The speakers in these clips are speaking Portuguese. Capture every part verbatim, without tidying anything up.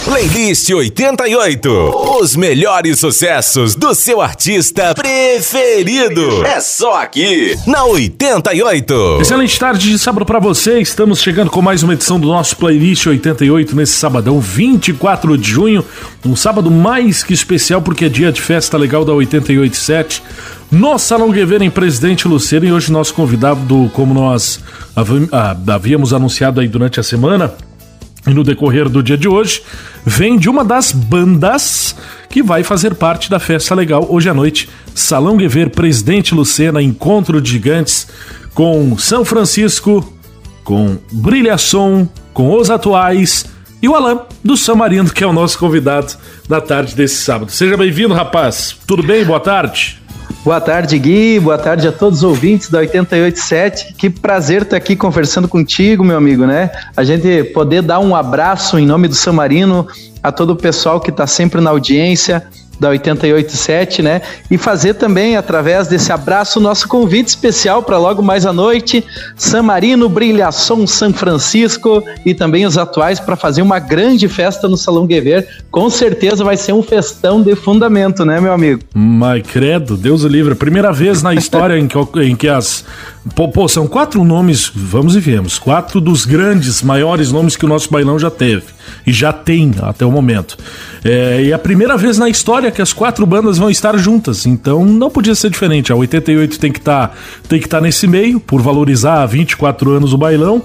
Playlist oitenta e oito. Os melhores sucessos do seu artista preferido. É só aqui, na oitenta e oito. Excelente tarde de sábado pra você. Estamos chegando com mais uma edição do nosso Playlist oitenta e oito nesse sabadão, vinte e quatro de junho. Um sábado mais que especial porque é dia de festa legal da oitenta e oito ponto sete. No Salão Guevara em Presidente Lucena. E hoje nosso convidado, como nós havíamos anunciado aí durante a semana e no decorrer do dia de hoje, vem de uma das bandas que vai fazer parte da festa legal hoje à noite. Salão Guevara, Presidente Lucena, encontro de gigantes com São Francisco, com Brilhação, com Os Atuais e o Alan do San Marino, que é o nosso convidado da tarde desse sábado. Seja bem-vindo, rapaz. Tudo bem? Boa tarde. Boa tarde, Gui. Boa tarde a todos os ouvintes da oitenta e oito ponto sete. Que prazer estar aqui conversando contigo, meu amigo, né? A gente poder dar um abraço em nome do San Marino a todo o pessoal que está sempre na audiência da oitenta e oito ponto sete, né? E fazer também, através desse abraço, o nosso convite especial para logo mais à noite, San Marino, Brilhação, São Francisco e também Os Atuais, para fazer uma grande festa no Salão Guevara. Com certeza vai ser um festão de fundamento, né, meu amigo? Mas credo, Deus o livre. Primeira vez na história em que, em que as... Pô, pô, são quatro nomes, vamos e viemos, quatro dos grandes, maiores nomes que o nosso bailão já teve. E já tem até o momento. É, e é a primeira vez na história que as quatro bandas vão estar juntas. Então não podia ser diferente. A oitenta e oito tem que estar tem que estar nesse meio, por valorizar há vinte e quatro anos o bailão.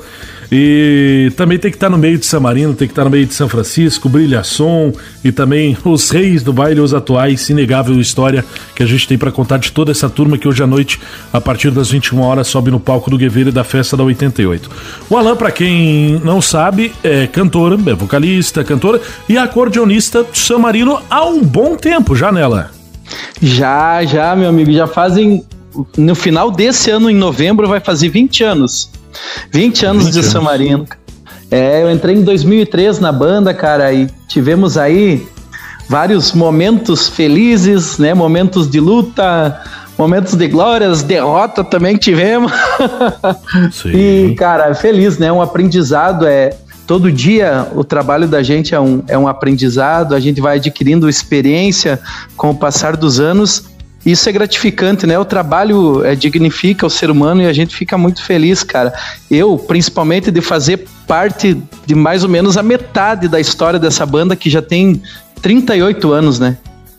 E também tem que estar no meio de San Marino, tem que estar no meio de São Francisco, Brilhação e também os reis do baile, Os Atuais, inegável história que a gente tem para contar de toda essa turma que hoje à noite, a partir das vinte e uma horas, sobe no palco do Guevara e da festa da oitenta e oito. O Alan, para quem não sabe, é cantora, é vocalista, cantora e acordeonista do San Marino há um bom tempo já, nela. Já, já, meu amigo, já fazem... No final desse ano, em novembro, vai fazer vinte anos. vinte anos de San Marino. É, eu entrei em dois mil e três na banda, cara, e tivemos aí vários momentos felizes, né? Momentos de luta, momentos de glórias, derrota também tivemos. Sim. E, cara, feliz, né? Um aprendizado, é... Todo dia o trabalho da gente é um, é um aprendizado, a gente vai adquirindo experiência com o passar dos anos. Isso é gratificante, né? O trabalho é, dignifica o ser humano e a gente fica muito feliz, cara. Eu, principalmente, de fazer parte de mais ou menos a metade da história dessa banda, que já tem trinta e oito anos, né?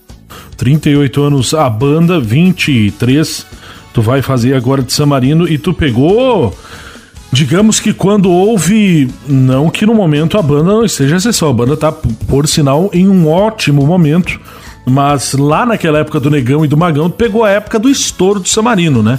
trinta e oito anos a banda, vinte e três tu vai fazer agora de San Marino e tu pegou... Digamos que quando houve, não que no momento a banda não esteja exceção, a banda tá, por sinal, em um ótimo momento, mas lá naquela época do Negão e do Magão, pegou a época do estouro do San Marino, né?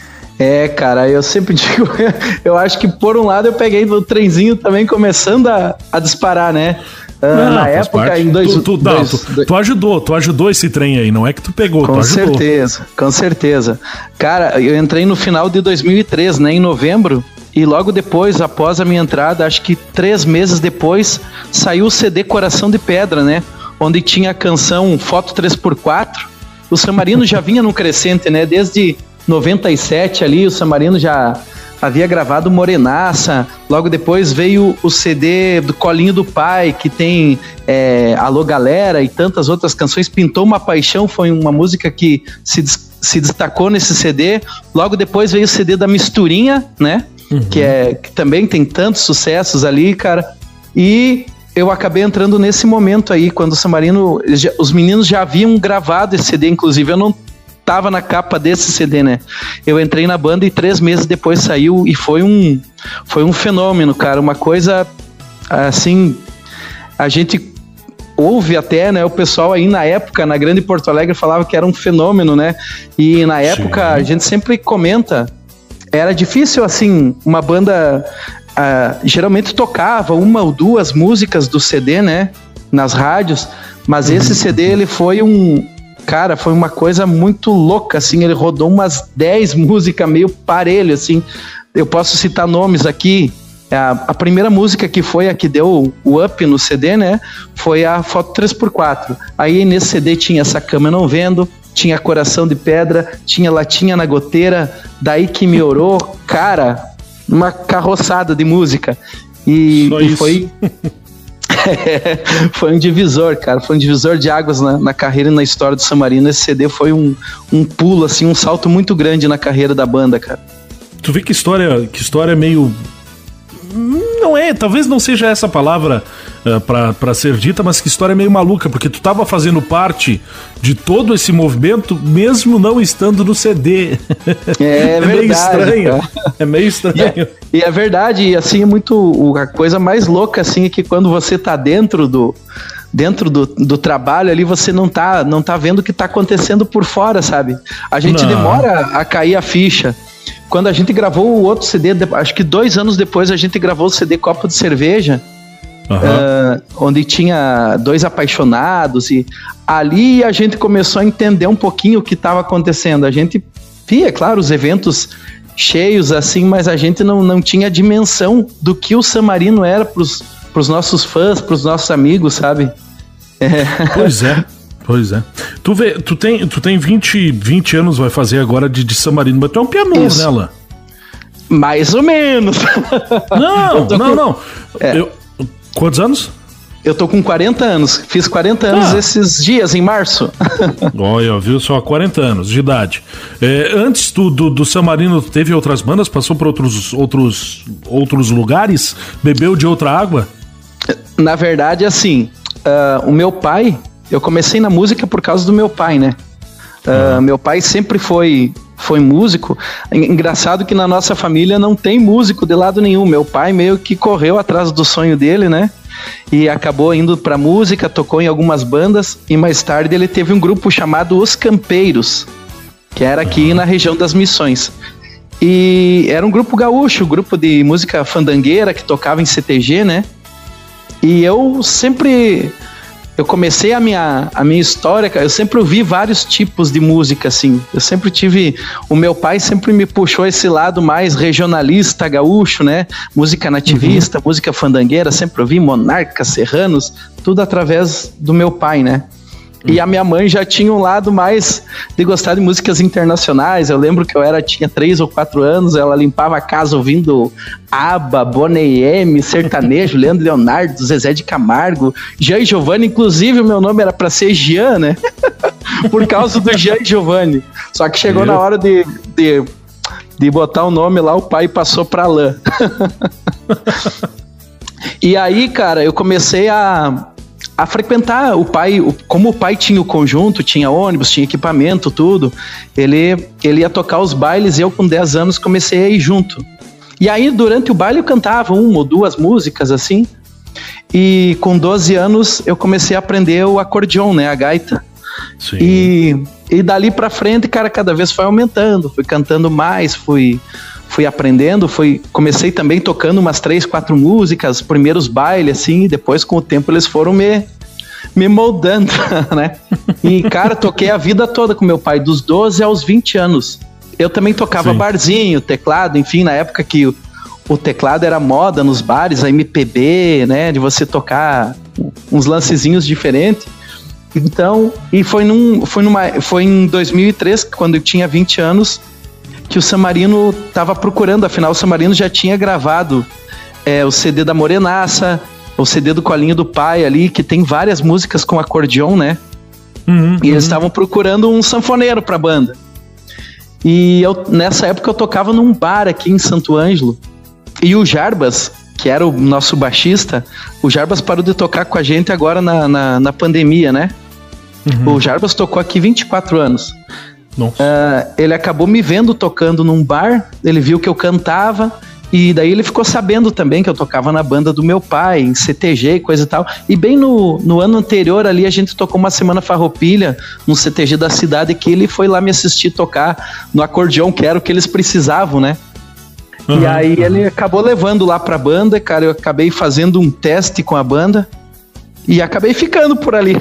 É, cara, eu sempre digo, eu acho que por um lado eu peguei o trenzinho também começando a, a disparar, né? Uh, não, na época, parte. em dois, tu, tu, dois, não, tu, dois... tu ajudou, tu ajudou esse trem aí, não é que tu pegou, com tu ajudou. certeza, com certeza. Cara, eu entrei no final de dois mil e três, né, em novembro, e logo depois, após a minha entrada, acho que três meses depois, saiu o C D Coração de Pedra, né, onde tinha a canção Foto três por quatro. O San Marino já vinha num crescente, né, desde noventa e sete ali, o San Marino já... havia gravado Morenaça, logo depois veio o C D do Colinho do Pai, que tem é, Alô Galera e tantas outras canções. Pintou uma Paixão, foi uma música que se, se destacou nesse C D. Logo depois veio o C D da Misturinha, né? Uhum. Que, é, que também tem tantos sucessos ali, cara. E eu acabei entrando nesse momento aí, quando o San Marino, já, os meninos já haviam gravado esse C D, inclusive eu não tava na capa desse C D, né? Eu entrei na banda e três meses depois saiu e foi um, foi um fenômeno, cara. Uma coisa, assim, a gente ouve até, né? O pessoal aí na época, na Grande Porto Alegre, falava que era um fenômeno, né? E na época, sim, a gente sempre comenta, era difícil, assim, uma banda... Uh, geralmente tocava uma ou duas músicas do C D, né? Nas rádios, mas uhum. esse C D, ele foi um... Cara, foi uma coisa muito louca, assim, ele rodou umas dez músicas meio parelho, assim. Eu posso citar nomes aqui. A, a primeira música que foi a que deu o up no C D, né, foi a Foto três por quatro. Aí nesse C D tinha Essa Cama Eu Não Vendo, tinha Coração de Pedra, tinha Latinha na Goteira, Daí Que Me Orou. Cara, uma carroçada de música. E, e foi... É, foi um divisor, cara, foi um divisor de águas na, na carreira e na história do San Marino. Esse C D foi um, um pulo, assim, um salto muito grande na carreira da banda, cara. Tu vê que história, que história meio... Não é, talvez não seja essa palavra uh, pra, pra ser dita, mas que história meio maluca, porque tu tava fazendo parte de todo esse movimento, mesmo não estando no C D. É, é meio verdade, estranho. Cara. É meio estranho. E é, e é verdade, e assim, é muito. A coisa mais louca, assim, é que quando você tá dentro do. Dentro do, do trabalho ali, você não tá, não tá vendo o que tá acontecendo por fora, sabe? A gente Não. demora a cair a ficha. Quando a gente gravou o outro C D, acho que dois anos depois a gente gravou o C D Copo de Cerveja, uhum. uh, onde tinha dois apaixonados, e ali a gente começou a entender um pouquinho o que estava acontecendo. A gente via, claro, os eventos cheios assim, mas a gente não, não tinha dimensão do que o San Marino era para os nossos fãs, para os nossos amigos, sabe? É. Pois é. Pois é. Tu, vê, tu tem, tu tem vinte, vinte anos, vai fazer agora de, de San Marino, mas tu é um pianudo, né, Alan? Mais ou menos. Não, não, com... não. É. Eu, quantos anos? Eu tô com quarenta anos. Fiz quarenta anos ah. esses dias, em março. Olha, viu só, quarenta anos de idade. É, antes do, do, do San Marino, teve outras bandas? Passou por outros, outros, outros lugares? Bebeu de outra água? Na verdade, assim, uh, o meu pai... Eu comecei na música por causa do meu pai, né? Uh, uhum. Meu pai sempre foi, foi músico. Engraçado que na nossa família não tem músico de lado nenhum. Meu pai meio que correu atrás do sonho dele, né? E acabou indo pra música, tocou em algumas bandas. E mais tarde ele teve um grupo chamado Os Campeiros, que era aqui uhum. na região das Missões. E era um grupo gaúcho, um grupo de música fandangueira que tocava em C T G, né? E eu sempre... Eu comecei a minha, a minha história, eu sempre ouvi vários tipos de música, assim. Eu sempre tive... O meu pai sempre me puxou esse lado mais regionalista, gaúcho, né? Música nativista, uhum. música fandangueira, sempre ouvi Monarcas, Serranos, tudo através do meu pai, né? E a minha mãe já tinha um lado mais de gostar de músicas internacionais. Eu lembro que eu era, tinha três ou quatro anos, ela limpava a casa ouvindo ABBA, Boney M, sertanejo, Leandro Leonardo, Zezé de Camargo, Jean e Giovanni. Inclusive, o meu nome era pra ser Jean, né? Por causa do Jean e Giovanni. Só que chegou na hora de, de, de botar o nome lá, o pai passou pra Alain. E aí, cara, eu comecei a... a frequentar o pai, o, como o pai tinha o conjunto, tinha ônibus, tinha equipamento, tudo, ele, ele ia tocar os bailes e eu com dez anos comecei a ir junto. E aí durante o baile eu cantava uma ou duas músicas assim, e com doze anos eu comecei a aprender o acordeon, né, a gaita. Sim. E, e dali pra frente, cara, cada vez foi aumentando, fui cantando mais, fui... Fui aprendendo, fui, comecei também tocando umas três, quatro músicas, primeiros bailes, assim, e depois com o tempo eles foram me, me moldando, né? E, cara, toquei a vida toda com meu pai, dos doze aos vinte anos. Eu também tocava Sim. barzinho, teclado, enfim, na época que o, o teclado era moda nos bares, a M P B, né? De você tocar uns lancezinhos diferentes. Então, e foi, num, foi, numa, foi em dois mil e três, quando eu tinha vinte anos, que o San Marino estava procurando, afinal o San Marino já tinha gravado é, o C D da Morenaça, o C D do Colinho do Pai ali, que tem várias músicas com acordeon, né? Uhum, e eles estavam uhum. procurando um sanfoneiro pra banda. E eu, nessa época eu tocava num bar aqui em Santo Ângelo, e o Jarbas, que era o nosso baixista, o Jarbas parou de tocar com a gente agora na, na, na pandemia, né? Uhum. O Jarbas tocou aqui vinte e quatro anos. Uh, ele acabou me vendo tocando num bar, ele viu que eu cantava e daí ele ficou sabendo também que eu tocava na banda do meu pai, em C T G e coisa e tal. E bem no, no ano anterior ali a gente tocou uma semana farroupilha no C T G da cidade, que ele foi lá me assistir tocar no acordeon, que era o que eles precisavam, né? Uhum, e aí uhum. ele acabou levando lá pra banda, cara, eu acabei fazendo um teste com a banda e acabei ficando por ali.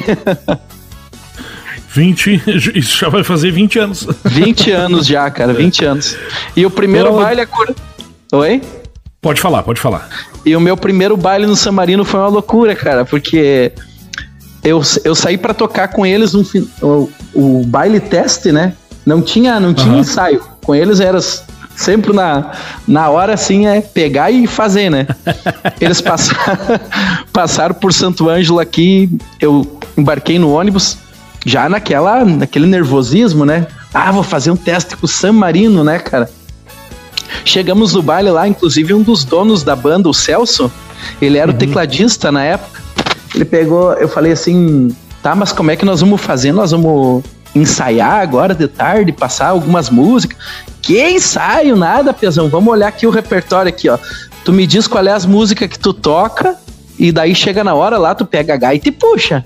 vinte, isso já vai fazer vinte anos. vinte anos já, cara, vinte anos. E o primeiro eu... baile... Oi? Pode falar, pode falar. E o meu primeiro baile no San Marino foi uma loucura, cara, porque eu, eu saí pra tocar com eles no o, o baile teste, né? Não tinha, não tinha uhum. ensaio. Com eles era Sempre na, na hora, assim, é pegar e fazer, né? Eles passaram, passaram por Santo Ângelo aqui, eu embarquei no ônibus, já naquela, naquele nervosismo, né? Ah, vou fazer um teste com o San Marino, né, cara? Chegamos no baile lá, inclusive um dos donos da banda, o Celso, ele era uhum. o tecladista na época. Ele pegou, eu falei assim, tá, mas como é que nós vamos fazer? Nós vamos ensaiar agora de tarde, passar algumas músicas? Que ensaio, nada, Pezão. Vamos olhar aqui o repertório aqui, ó. Tu me diz qual é as músicas que tu toca e daí chega na hora lá, tu pega a gaita e puxa.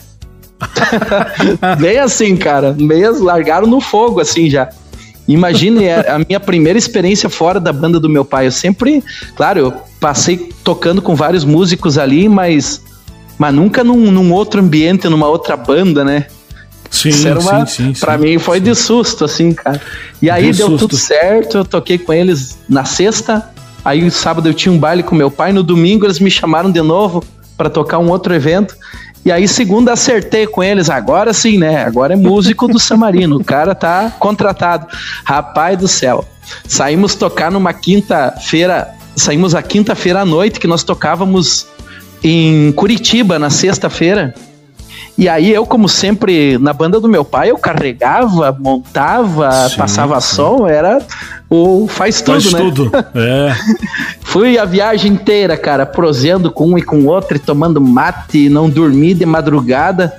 Bem assim, cara. Meias largaram no fogo, assim, já. Imagine a minha primeira experiência fora da banda do meu pai. Eu sempre, claro, eu passei tocando com vários músicos ali, mas, mas nunca num, num outro ambiente, numa outra banda, né? Sim, Isso era uma, sim, sim. Pra sim, mim foi sim. de susto, assim, cara. E aí de deu susto. tudo certo, eu toquei com eles na sexta, aí no sábado eu tinha um baile com meu pai, no domingo eles me chamaram de novo pra tocar um outro evento, e aí segunda acertei com eles, agora sim, né, agora é músico do San Marino, o cara tá contratado. Rapaz do céu, saímos tocar numa quinta-feira, saímos a quinta-feira à noite, que nós tocávamos em Curitiba, na sexta-feira. E aí eu, como sempre, na banda do meu pai, eu carregava, montava, sim, passava sim. som, era o faz tudo, faz né? Faz tudo, é. Fui a viagem inteira, cara, proseando com um e com o outro, e tomando mate, não dormi de madrugada,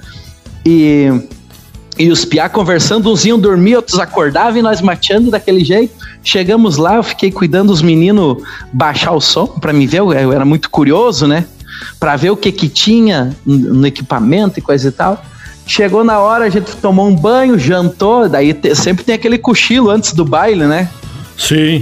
e, e os piá conversando, uns iam dormir, outros acordavam, e nós mateando daquele jeito. Chegamos lá, eu fiquei cuidando dos meninos baixar o som, pra me ver, eu era muito curioso, né? Pra ver o que que tinha no equipamento e coisa e tal. Chegou na hora, a gente tomou um banho, jantou, daí te, sempre tem aquele cochilo antes do baile, né? Sim.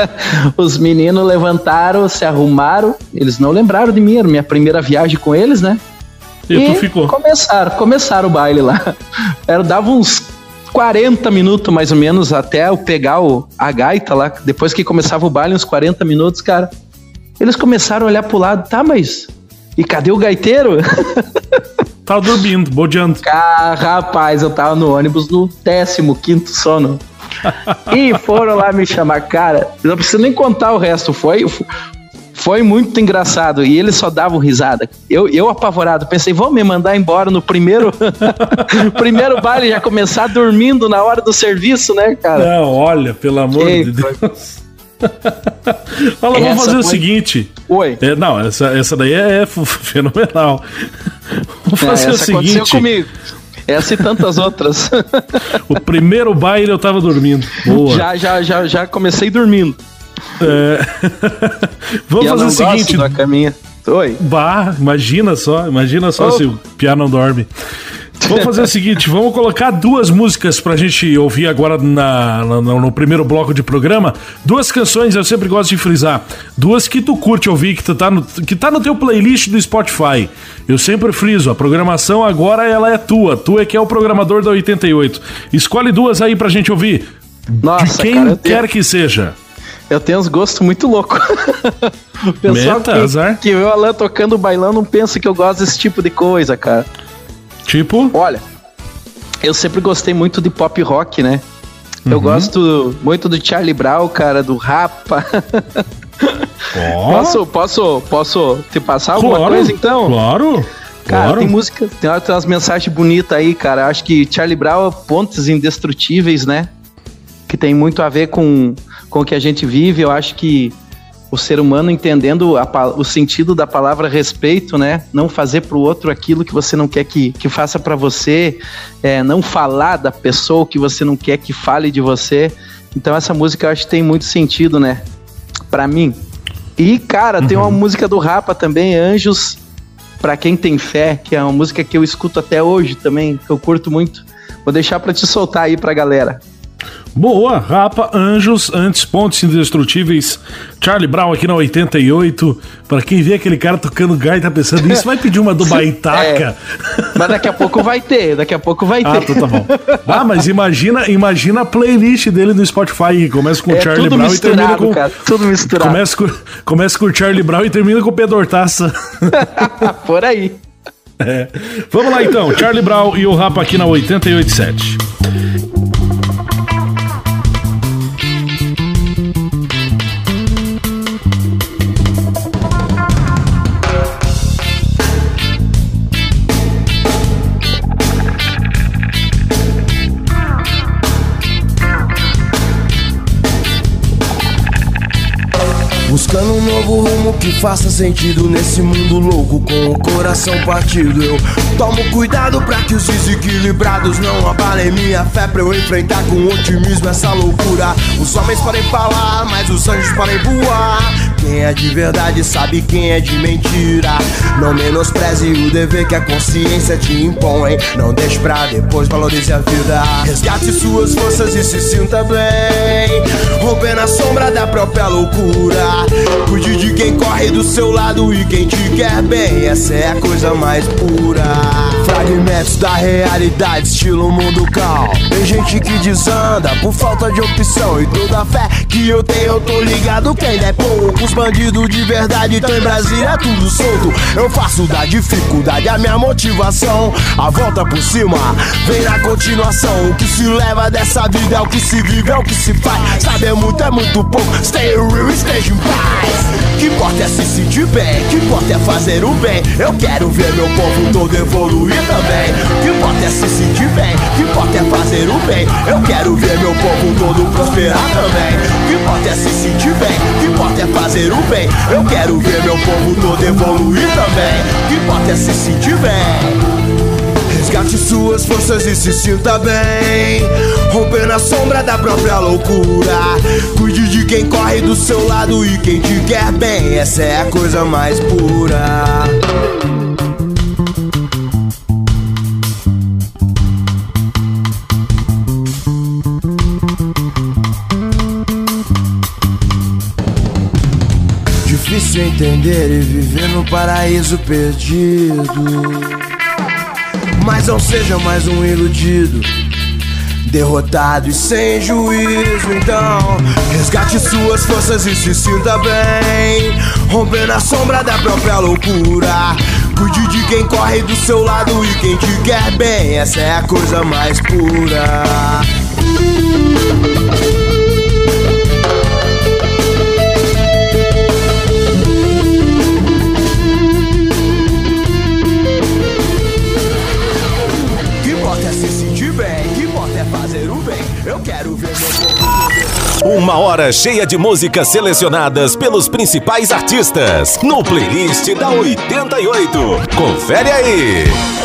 Os meninos levantaram, se arrumaram, eles não lembraram de mim, era minha primeira viagem com eles, né? E, e tu ficou? começaram, começaram o baile lá. Era, dava uns quarenta minutos mais ou menos até eu pegar o, a gaita lá, depois que começava o baile, uns quarenta minutos, cara. Eles começaram a olhar pro lado, tá, mas... E cadê o gaiteiro? Tava dormindo, bodeando. Ah, rapaz, eu tava no ônibus no décimo quinto sono. E foram lá me chamar, cara. Não preciso nem contar o resto. Foi, foi muito engraçado. E eles só davam risada. Eu, eu apavorado, pensei, vão me mandar embora no primeiro primeiro baile, já começar dormindo na hora do serviço, né, cara? Não, olha, pelo amor Ei, de Deus. Fala, vamos fazer foi... o seguinte. Oi. É, não, essa, essa daí é, é fenomenal. Vamos fazer é, o seguinte. Aconteceu comigo. Essa e tantas outras. O primeiro baile eu tava dormindo. Boa. Já, já, já, já comecei dormindo. É... Vamos e fazer o seguinte. Da caminha. Oi. Bah, imagina só, imagina só oh. se o Piá não dorme. Vamos fazer o seguinte, vamos colocar duas músicas pra gente ouvir agora na, na, no primeiro bloco de programa. Duas canções, eu sempre gosto de frisar. Duas que tu curte ouvir, que, tu tá, no, que tá no teu playlist do Spotify. Eu sempre friso, a programação agora ela é tua. Tu é que é o programador da oitenta e oito. Escolhe duas aí pra gente ouvir. Nossa, de quem cara, quer tenho... que seja. Eu tenho uns gostos muito loucos. O pessoal Meta, que, azar. que vê o Alan tocando bailão não pensa que eu gosto desse tipo de coisa, cara. Tipo? Olha, eu sempre gostei muito de pop rock, né? Uhum. Eu gosto muito do Charlie Brown, cara, do Rapa. Oh. Posso, posso, posso te passar alguma claro, coisa, então? Claro, Cara, claro. tem música, tem umas mensagens bonitas aí, cara. Acho que Charlie Brown, Pontes Indestrutíveis, né? Que tem muito a ver com, com o que a gente vive. Eu acho que o ser humano entendendo a, o sentido da palavra respeito, né? Não fazer pro outro aquilo que você não quer que, que faça pra você, é, não falar da pessoa que você não quer que fale de você. Então essa música eu acho que tem muito sentido, né? Pra mim. E, cara, uhum. tem uma música do Rapa também, Anjos, pra quem tem fé, que é uma música que eu escuto até hoje também, que eu curto muito. Vou deixar pra te soltar aí pra galera. Boa, Rapa, Anjos, antes Pontes Indestrutíveis, Charlie Brown aqui na oitenta e oito. Pra quem vê aquele cara tocando gaita pensando, isso vai pedir uma do Baitaca. É, mas daqui a pouco vai ter, daqui a pouco vai ter. Ah, então tá bom. Ah, mas imagina, imagina a playlist dele no Spotify, começa com o é, Charlie Brown e termina com... Cara, tudo misturado. Começa com, começa com o Charlie Brown e termina com o Pedro Hortaça. Por aí. É. Vamos lá então, Charlie Brown e o Rapa aqui na oitenta e oito ponto sete. buscando um novo rumo que faça sentido nesse mundo louco, com o coração partido. Eu tomo cuidado pra que os desequilibrados não abalem minha fé, pra eu enfrentar com otimismo essa loucura. Os homens podem falar, mas os anjos podem voar. Quem é de verdade sabe quem é de mentira. Não menospreze o dever que a consciência te impõe. Não deixe pra depois, valorize a vida. Resgate suas forças e se sinta bem, rompendo a sombra da própria loucura. Cuide de quem corre do seu lado e quem te quer bem. Essa é a coisa mais pura. Fragmentos da realidade, estilo mundo cal. Tem gente que desanda por falta de opção. E toda a fé que eu tenho eu tô ligado que ainda é pouco. Os bandidos de verdade tão em Brasília tudo solto. Eu faço da dificuldade a minha motivação. A volta por cima vem na continuação. O que se leva dessa vida é o que se vive, é o que se faz. Saber muito é muito pouco, stay real, esteja em paz. Que importa é se sentir bem, que importa é fazer o bem. Eu quero ver meu povo todo evoluir também. Que importa é se sentir bem, que importa é fazer o bem. Eu quero ver meu povo todo prosperar também. Que importa é se sentir bem, que importa é fazer o bem. Eu quero ver meu povo todo evoluir também. Que importa é se sentir bem. Resgate suas forças e se sinta bem, rompendo a sombra da própria loucura. Cuide de quem corre do seu lado e quem te quer bem. Essa é a coisa mais pura. Difícil entender e viver no paraíso perdido. Mas não seja mais um iludido, derrotado e sem juízo. Então, resgate suas forças e se sinta bem, rompendo a sombra da própria loucura. Cuide de quem corre do seu lado e quem te quer bem. Essa é a coisa mais pura. Eu quero ver meu... Uma hora cheia de músicas selecionadas pelos principais artistas no playlist da oitenta e oito. Confere aí.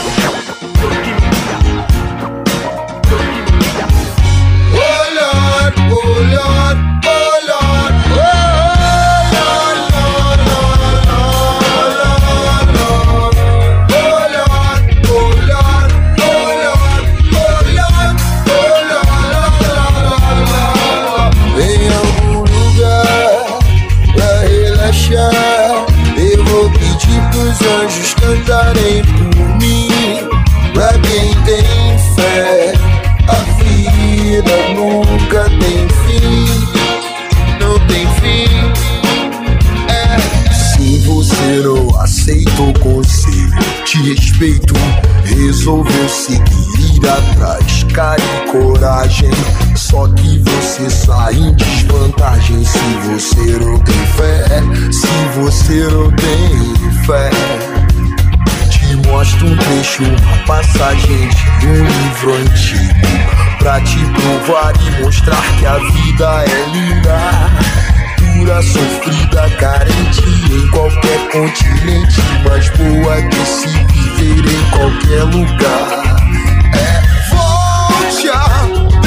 Eu vou pedir pros anjos cantarem por mim. Pra quem tem fé, a vida nunca tem fim. Não tem fim. É. Se você não aceita o conselho, te respeito. Resolveu seguir, ir atrás, cara e coragem. Só que você sai em desvantagem se você não tem fé. Se você não tem fé, te mostro um trecho, uma passagem de um livro antigo, pra te provar e mostrar que a vida é linda, dura, sofrida, carente em qualquer continente, mas boa de se viver em qualquer lugar. É, volte a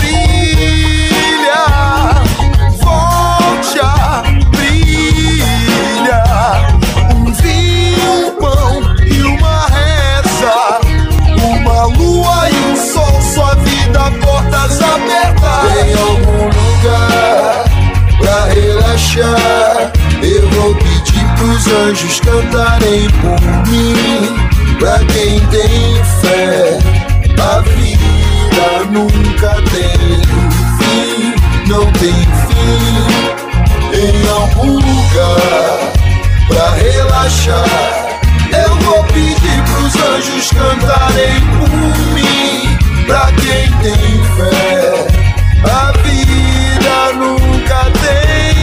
brilhar, volte a brilhar. Um vinho, um pão e uma reza, uma lua e um sol, sua vida, portas abertas. Tem algum lugar pra relaxar? Eu vou pedir pros anjos cantarem por mim. Pra quem tem fé, a vida nunca tem fim. Não tem fim. Em algum lugar pra relaxar, eu vou pedir pros anjos cantarem por mim. Pra quem tem fé, a vida nunca tem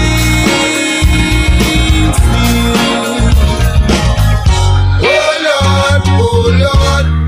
fim. Oh Lord, oh Lord,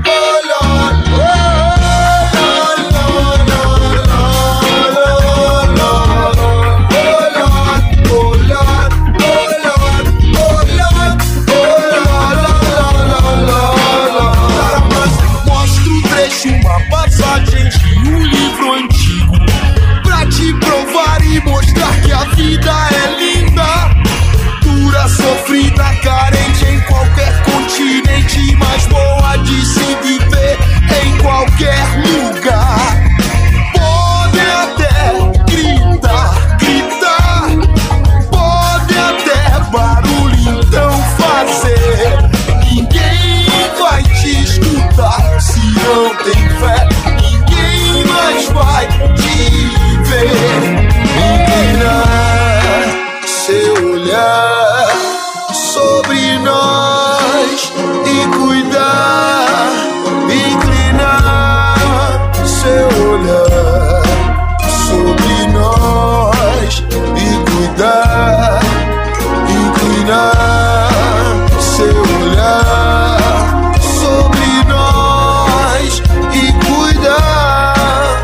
tem fé, ninguém mais vai te ver. Inclinar seu olhar sobre nós e cuidar. Inclinar seu olhar sobre nós e cuidar. Inclinar seu olhar sobre nós e cuidar.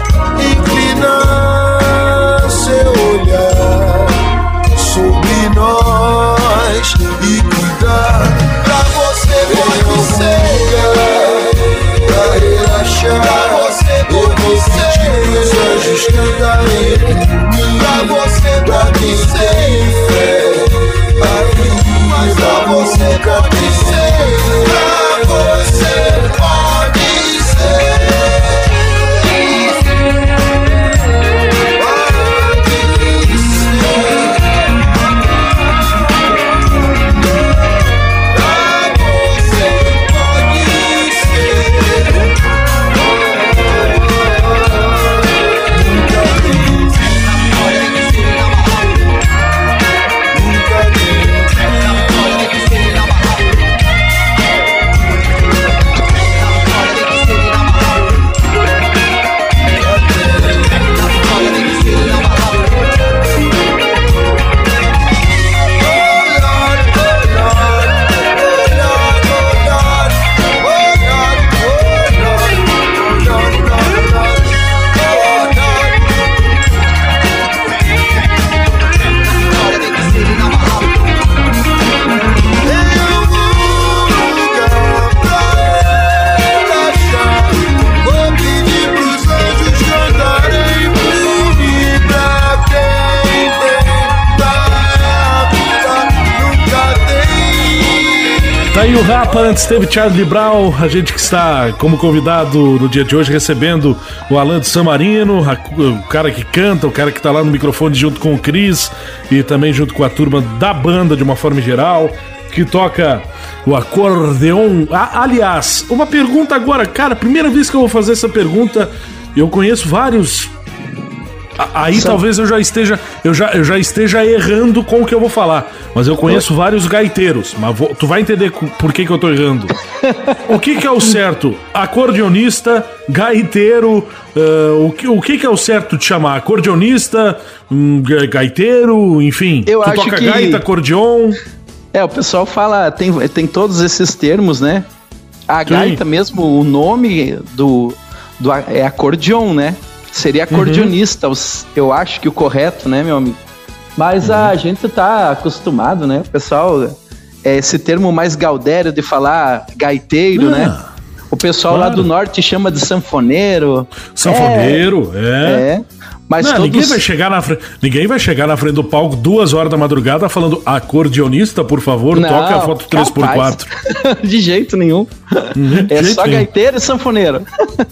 Inclinar seu olhar sobre nós e cuidar. Pra você pode ser, pra relaxar. Pra você pode ser, os anjos cantarem. Pra você pode ser, mas pra você pode ser, pra você pode ser. Aí o Rapa, antes teve Charlie Brown, a gente que está como convidado no dia de hoje recebendo o Alan de Samarino, o cara que canta, o cara que está lá no microfone junto com o Cris e também junto com a turma da banda de uma forma geral, que toca o acordeon. Ah, aliás, uma pergunta agora, cara, primeira vez que eu vou fazer essa pergunta, eu conheço vários... Aí São... talvez eu já esteja eu já, eu já esteja errando com o que eu vou falar. Mas eu conheço vários gaiteiros. Mas vou, tu vai entender por que, que eu tô errando. O que, que é o certo? Acordeonista, gaiteiro. Uh, o, que, o que, que é o certo de chamar? Acordeonista, um, gaiteiro, enfim. Eu tu acho toca que... gaita, acordeon. É, o pessoal fala, tem, tem todos esses termos, né? A Sim. gaita mesmo, o nome do, do é acordeon, né? Seria acordeonista, uhum. eu acho que o correto, né, meu amigo? Mas uhum. a gente tá acostumado, né? O pessoal, é esse termo mais gaudério de falar gaiteiro, ah, né? O pessoal claro. lá do norte chama de sanfoneiro. Sanfoneiro, é. é. é. Mas Não, todos... ninguém, vai chegar na fre... ninguém vai chegar na frente do palco duas horas da madrugada falando acordeonista, por favor, Não, toca a foto três por quatro. De jeito nenhum. Uhum, é jeito só nenhum. gaiteiro e sanfoneiro.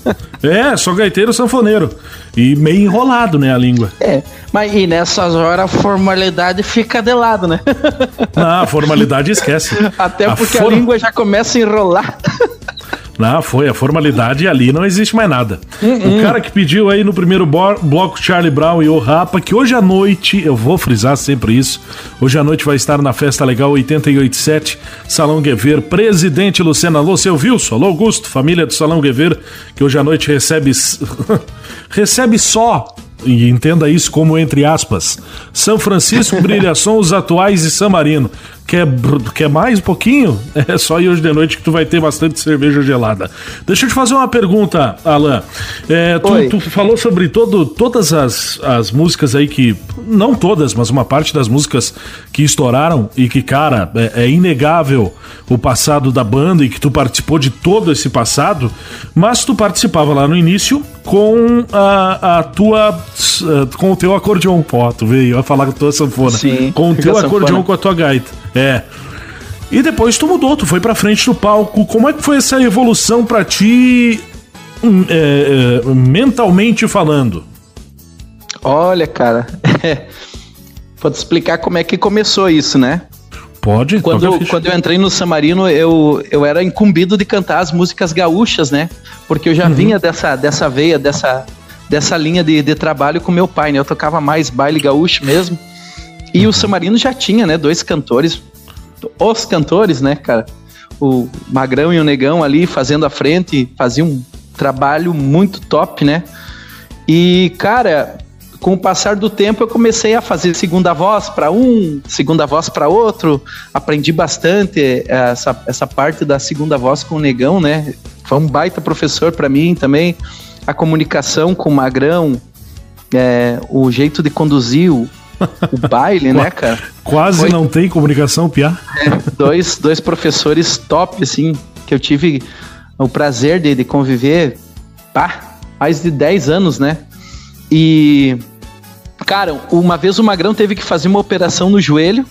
É, só gaiteiro e sanfoneiro. E meio enrolado, né, a língua. É, mas e nessas horas a formalidade fica de lado, né? Não, a formalidade esquece. Até a porque for... a língua já começa a enrolar. Não, foi, a formalidade ali não existe mais nada. Uh-uh. O cara que pediu aí no primeiro bloco Charlie Brown e o Rapa, que hoje à noite, eu vou frisar sempre isso, hoje à noite vai estar na Festa Legal oitenta e oito sete, Salão Guever, Presidente Lucena. Alô, seu Wilson, alô, Augusto, família do Salão Guever, que hoje à noite recebe recebe só, e entenda isso como entre aspas, São Francisco, Brilhação, os atuais e San Marino. Quer, quer mais um pouquinho? É só ir hoje de noite que tu vai ter bastante cerveja gelada. Deixa eu te fazer uma pergunta, Alan. É, tu, tu falou sobre todo, todas as, as músicas aí que... Não todas, mas uma parte das músicas que estouraram e que, cara, é, é inegável o passado da banda e que tu participou de todo esse passado, mas tu participava lá no início com a, a tua... com o teu acordeon. Pô, tu veio a falar com a tua sanfona. Sim, com o teu acordeon, com a tua gaita. É. E depois tu mudou, tu foi pra frente do palco. Como é que foi essa evolução pra ti, é, é, mentalmente falando? Olha, cara, vou te explicar como é que começou isso, né? Pode, quando, quando eu entrei no San Marino, eu, eu era incumbido de cantar as músicas gaúchas, né? Porque eu já uhum. vinha dessa, dessa veia, dessa, dessa linha de, de trabalho com meu pai, né? Eu tocava mais baile gaúcho mesmo. E uhum. o San Marino já tinha, né? Dois cantores, os cantores, né, cara? O Magrão e o Negão ali fazendo a frente, faziam um trabalho muito top, né? E, cara... Com o passar do tempo, eu comecei a fazer segunda voz para um, segunda voz para outro. Aprendi bastante essa, essa parte da segunda voz com o Negão, né? Foi um baita professor para mim também. A comunicação com o Magrão, é, o jeito de conduzir o, o baile, né, cara? Quase Foi, não tem comunicação, Piá. É, dois, dois professores top, assim, que eu tive o prazer de, de conviver, pá, mais de dez anos, né? E, cara, uma vez o Magrão teve que fazer uma operação no joelho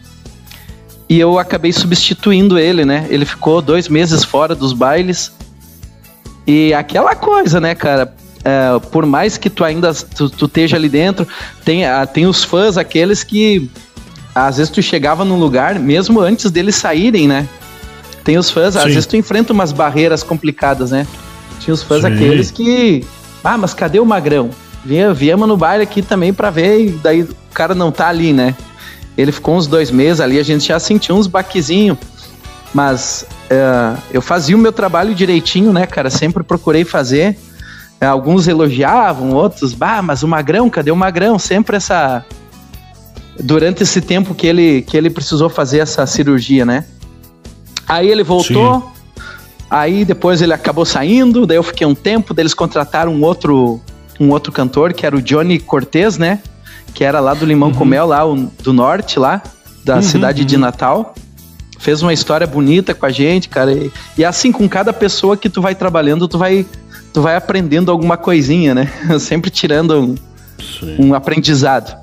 e eu acabei substituindo ele, né? Ele ficou dois meses fora dos bailes e aquela coisa, né, cara? É, por mais que tu ainda tu, tu esteja ali dentro, tem, tem os fãs, aqueles que às vezes tu chegava num lugar, mesmo antes deles saírem, né? Tem os fãs, Sim. às vezes tu enfrenta umas barreiras complicadas, né? Tinha os fãs Sim. aqueles que... Ah, mas cadê o Magrão? Viemos no baile aqui também pra ver, e daí o cara não tá ali, né? Ele ficou uns dois meses ali, a gente já sentiu uns baquezinhos, mas uh, eu fazia o meu trabalho direitinho, né, cara? Sempre procurei fazer. Uh, alguns elogiavam, outros, bah, mas o Magrão, cadê o Magrão? Sempre essa... Durante esse tempo que ele, que ele precisou fazer essa cirurgia, né? Aí ele voltou, Sim. aí depois ele acabou saindo, daí eu fiquei um tempo, daí eles contrataram um outro... um outro cantor, que era o Johnny Cortez, né? Que era lá do Limão uhum. com Mel, lá o, do norte, lá, da uhum, cidade uhum. de Natal. Fez uma história bonita com a gente, cara. E, e assim, com cada pessoa que tu vai trabalhando, tu vai, tu vai aprendendo alguma coisinha, né? Sempre tirando um, um aprendizado.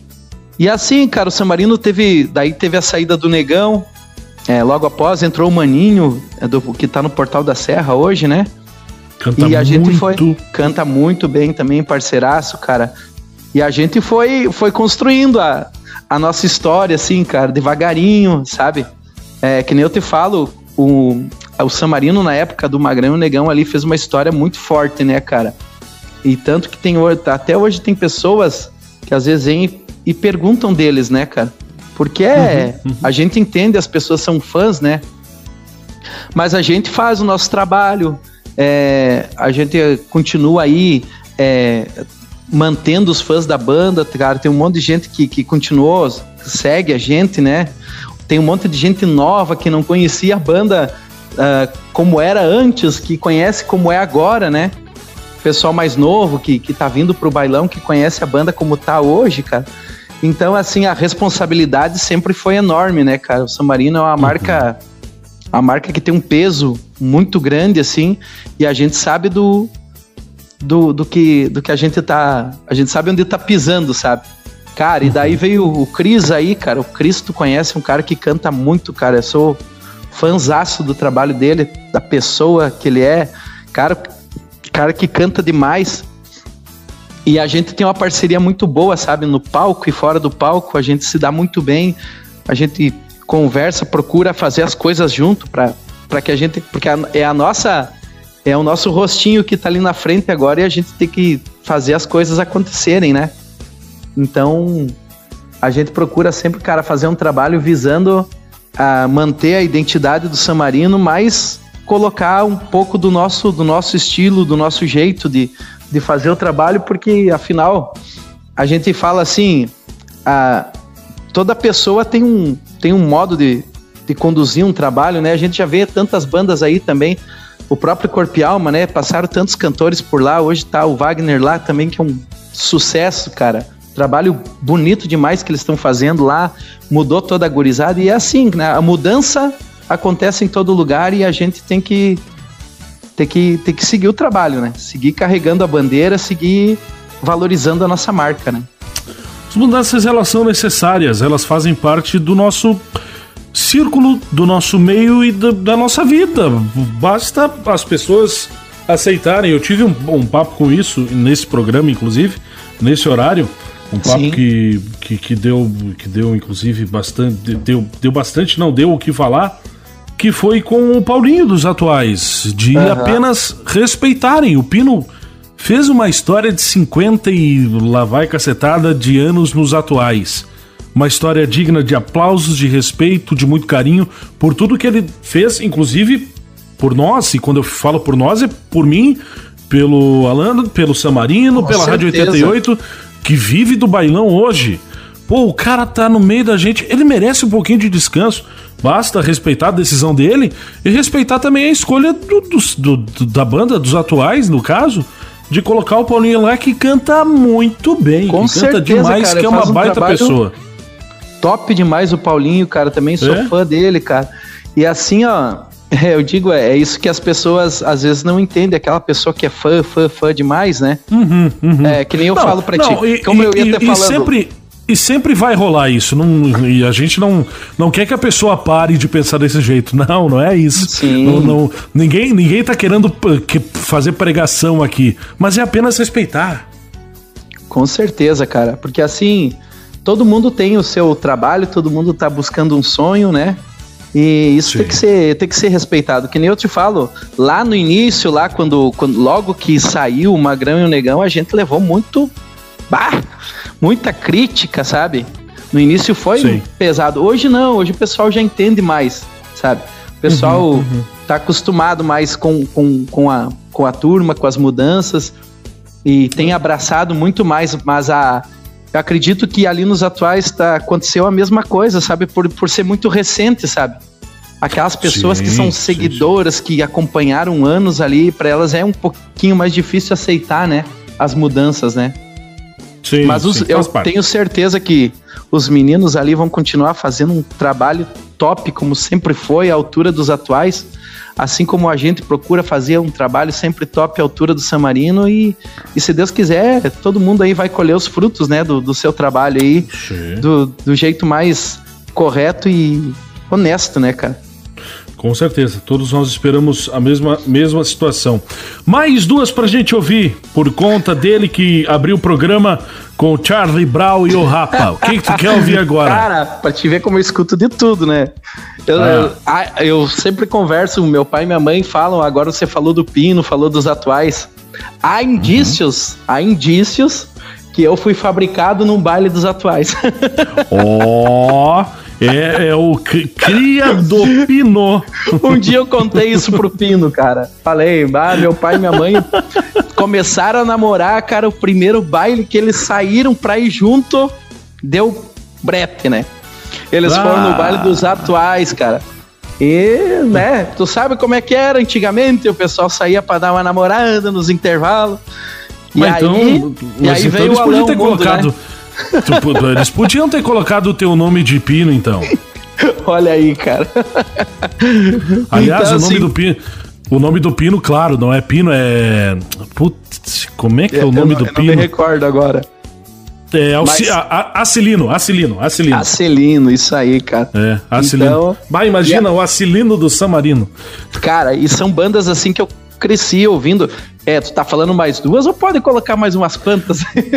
E assim, cara, o San Marino teve... Daí teve a saída do Negão. É, logo após entrou o Maninho, é do, que tá no Portal da Serra hoje, né? Canta e a muito. gente foi, canta muito bem também, parceiraço, cara. E a gente foi, foi construindo a, a nossa história, assim, cara, devagarinho, sabe? É, que nem eu te falo, o, o San Marino, na época do Magrão e o Negão ali, fez uma história muito forte, né, cara? E tanto que tem, até hoje tem pessoas que às vezes vêm e, e perguntam deles, né, cara? Porque é, uhum, uhum. a gente entende, as pessoas são fãs, né? Mas a gente faz o nosso trabalho... É, a gente continua aí é, mantendo os fãs da banda, cara. Tem um monte de gente que, que continuou, segue a gente, né? Tem um monte de gente nova que não conhecia a banda uh, como era antes, que conhece como é agora, né? Pessoal mais novo que, que tá vindo pro bailão, que conhece a banda como tá hoje, cara. Então, assim, a responsabilidade sempre foi enorme, né, cara? O San Marino é uma marca... Uhum. A marca que tem um peso muito grande, assim, e a gente sabe do, do, do, que, do que a gente tá... A gente sabe onde tá pisando, sabe? Cara, e daí veio o Cris aí, cara. O Cris, tu conhece, um cara que canta muito, cara. Eu sou fãzaço do trabalho dele, da pessoa que ele é. Cara, cara que canta demais. E a gente tem uma parceria muito boa, sabe? No palco e fora do palco, a gente se dá muito bem. A gente... conversa, procura fazer as coisas junto para para que a gente, porque é a nossa, é o nosso rostinho que tá ali na frente agora e a gente tem que fazer as coisas acontecerem, né? Então a gente procura sempre, cara, fazer um trabalho visando a manter a identidade do San Marino, mas colocar um pouco do nosso, do nosso estilo, do nosso jeito de, de fazer o trabalho, porque afinal a gente fala assim, a, toda pessoa tem um tem um modo de, de conduzir um trabalho, né? A gente já vê tantas bandas aí também, o próprio Corpo e Alma, né? Passaram tantos cantores por lá, hoje tá o Wagner lá também, que é um sucesso, cara. Trabalho bonito demais que eles estão fazendo lá, mudou toda a gurizada, e é assim, né? A mudança acontece em todo lugar e a gente tem que, tem que, tem que seguir o trabalho, né? Seguir carregando a bandeira, seguir valorizando a nossa marca, né? As mudanças, elas são necessárias, elas fazem parte do nosso círculo, do nosso meio e da, da nossa vida. Basta as pessoas aceitarem. Eu tive um, um papo com isso nesse programa, inclusive, nesse horário, Um papo que, que, que, deu, que deu, inclusive, bastante. Deu, deu bastante, não deu o que falar. Que foi com o Paulinho dos Atuais. De uhum. apenas respeitarem. O Pino fez uma história de cinquenta e lá vai cacetada de anos nos Atuais. Uma história digna de aplausos, de respeito, de muito carinho por tudo que ele fez, inclusive por nós. E quando eu falo por nós, é por mim, pelo Alan, pelo Samarino, com pela certeza. Rádio oitenta e oito. Que vive do bailão hoje. Pô, o cara tá no meio da gente, ele merece um pouquinho de descanso. Basta respeitar a decisão dele e respeitar também a escolha do, do, do, da banda, dos Atuais, no caso, de colocar o Paulinho lá, que canta muito bem. Com que certeza, canta demais, cara, que é uma um baita pessoa. Top demais o Paulinho, cara, também sou é? fã dele, cara. E assim, ó, eu digo, é, é isso que as pessoas às vezes não entendem, aquela pessoa que é fã, fã, fã demais, né? Uhum, uhum. É, que nem eu não, falo pra não, ti. E, como e, eu ia ter e, falando... E sempre... E sempre vai rolar isso, não, e a gente não, não quer que a pessoa pare de pensar desse jeito. Não, não é isso. Sim. Não, não, ninguém, ninguém tá querendo fazer pregação aqui, mas é apenas respeitar. Com certeza, cara, porque assim, todo mundo tem o seu trabalho, todo mundo tá buscando um sonho, né? E isso tem que, ser, tem que ser respeitado. Que nem eu te falo, lá no início, lá quando, quando logo que saiu o Magrão e o Negão, a gente levou muito... Bah, muita crítica, sabe? No início foi Sim. pesado. Hoje não, hoje o pessoal já entende mais, sabe? O pessoal uhum, uhum. tá acostumado mais com, com, com, a, com a turma, com as mudanças e tem abraçado muito mais, mas a, eu acredito que ali nos Atuais tá, aconteceu a mesma coisa, sabe? Por, por ser muito recente, sabe? Aquelas pessoas sim, que são seguidoras, sim. que acompanharam anos ali, para elas é um pouquinho mais difícil aceitar, né? As mudanças, né? Sim, Mas os, sim, eu parte. tenho certeza que os meninos ali vão continuar fazendo um trabalho top, como sempre foi, à altura dos Atuais, assim como a gente procura fazer um trabalho sempre top à altura do Samarino e, e se Deus quiser, todo mundo aí vai colher os frutos, né, do, do seu trabalho aí, do, do jeito mais correto e honesto, né, cara? Com certeza, todos nós esperamos a mesma, mesma situação. Mais duas pra gente ouvir, por conta dele que abriu o programa com o Charlie Brown e o Rapa. O que, que tu quer ouvir agora? Cara, pra te ver como eu escuto de tudo, né? Eu, ah. eu, eu sempre converso, meu pai e minha mãe falam, agora você falou do Pino, falou dos Atuais. Há indícios, uhum. há indícios que eu fui fabricado num baile dos Atuais. Ó... oh. É, é o cria do Pino. Um dia eu contei isso pro Pino, cara. Falei, ah, meu pai e minha mãe começaram a namorar, cara. O primeiro baile que eles saíram pra ir junto deu brete, né? Eles ah. foram no baile dos Atuais, cara. E, né, tu sabe como é que era antigamente? O pessoal saía pra dar uma namorada nos intervalos. E aí, então, e aí então veio eles o podiam Alão ter Mundo, colocado. Né? Tu, eles podiam ter colocado o teu nome de Pino, então. Olha aí, cara. Aliás, então, o nome assim, do Pino. O nome do Pino, claro, não é Pino, é. Putz, como é que é o nome eu, do eu Pino? Não me recordo agora. É Alci... Mas... a, a, Acilino, Acilino, Acilino. Acilino, isso aí, cara. É, Acilino. Então... Bah, imagina yeah. o Acilino do Samarino. Cara, e são bandas assim que eu cresci ouvindo. É, tu tá falando mais duas ou pode colocar mais umas quantas?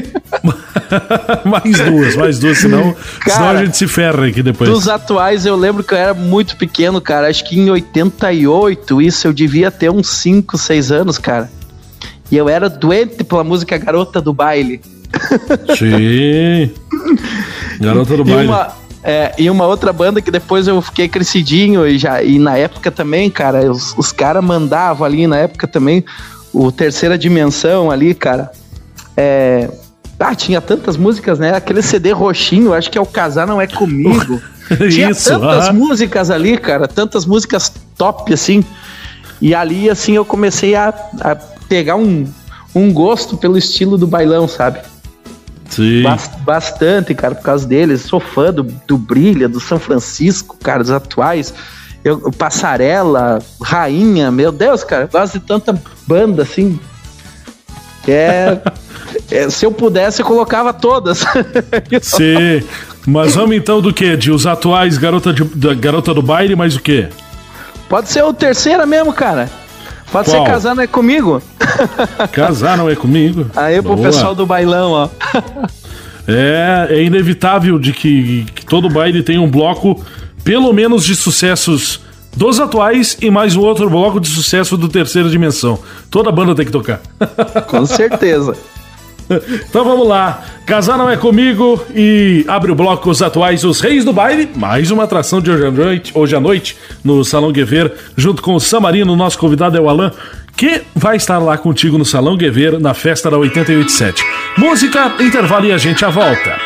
mais duas, mais duas, senão, cara, senão a gente se ferra aqui depois. Dos Atuais, eu lembro que eu era muito pequeno, cara. Acho que em oitenta e oito, isso, eu devia ter uns cinco, seis anos, cara. E eu era doente pela música Garota do Baile. Sim. Garota do e Baile. Uma, é, e uma outra banda que depois eu fiquei crescidinho e, já, e na época também, cara, os, os caras mandavam ali na época também o Terceira Dimensão ali, cara. É... Ah, tinha tantas músicas, né? Aquele C D roxinho, acho que é o Casar Não É Comigo. Tinha Isso, tantas ah. músicas ali, cara, tantas músicas top, assim. E ali, assim, eu comecei a, a pegar um, um gosto pelo estilo do bailão, sabe? Sim. Bast- bastante, cara, por causa deles. Sou fã do, do Brilha, do São Francisco, cara, dos Atuais. Eu, Passarela, Rainha, meu Deus, cara, eu gosto de tanta banda, assim. É... É, se eu pudesse, eu colocava todas. Sim. Mas vamos então do quê? De os Atuais, Garota, de, da Garota do Baile, mais o quê? Pode ser o Terceira mesmo, cara. Pode Qual? ser Casar Não É Comigo. Casar Não É Comigo. Aí pro Boa. pessoal do bailão, ó. É, é inevitável de que, que todo baile tenha um bloco, pelo menos de sucessos dos atuais e mais um outro bloco de sucesso do Terceira Dimensão. Toda banda tem que tocar. Com certeza. Então vamos lá, Casar Não É Comigo e abre o bloco os atuais, os Reis do Baile, mais uma atração de hoje à noite, hoje à noite no Salão Guever, junto com o Samarino, nosso convidado é o Alan, que vai estar lá contigo no Salão Guever na festa da oitenta e oito ponto sete. Música, intervalo e a gente à volta.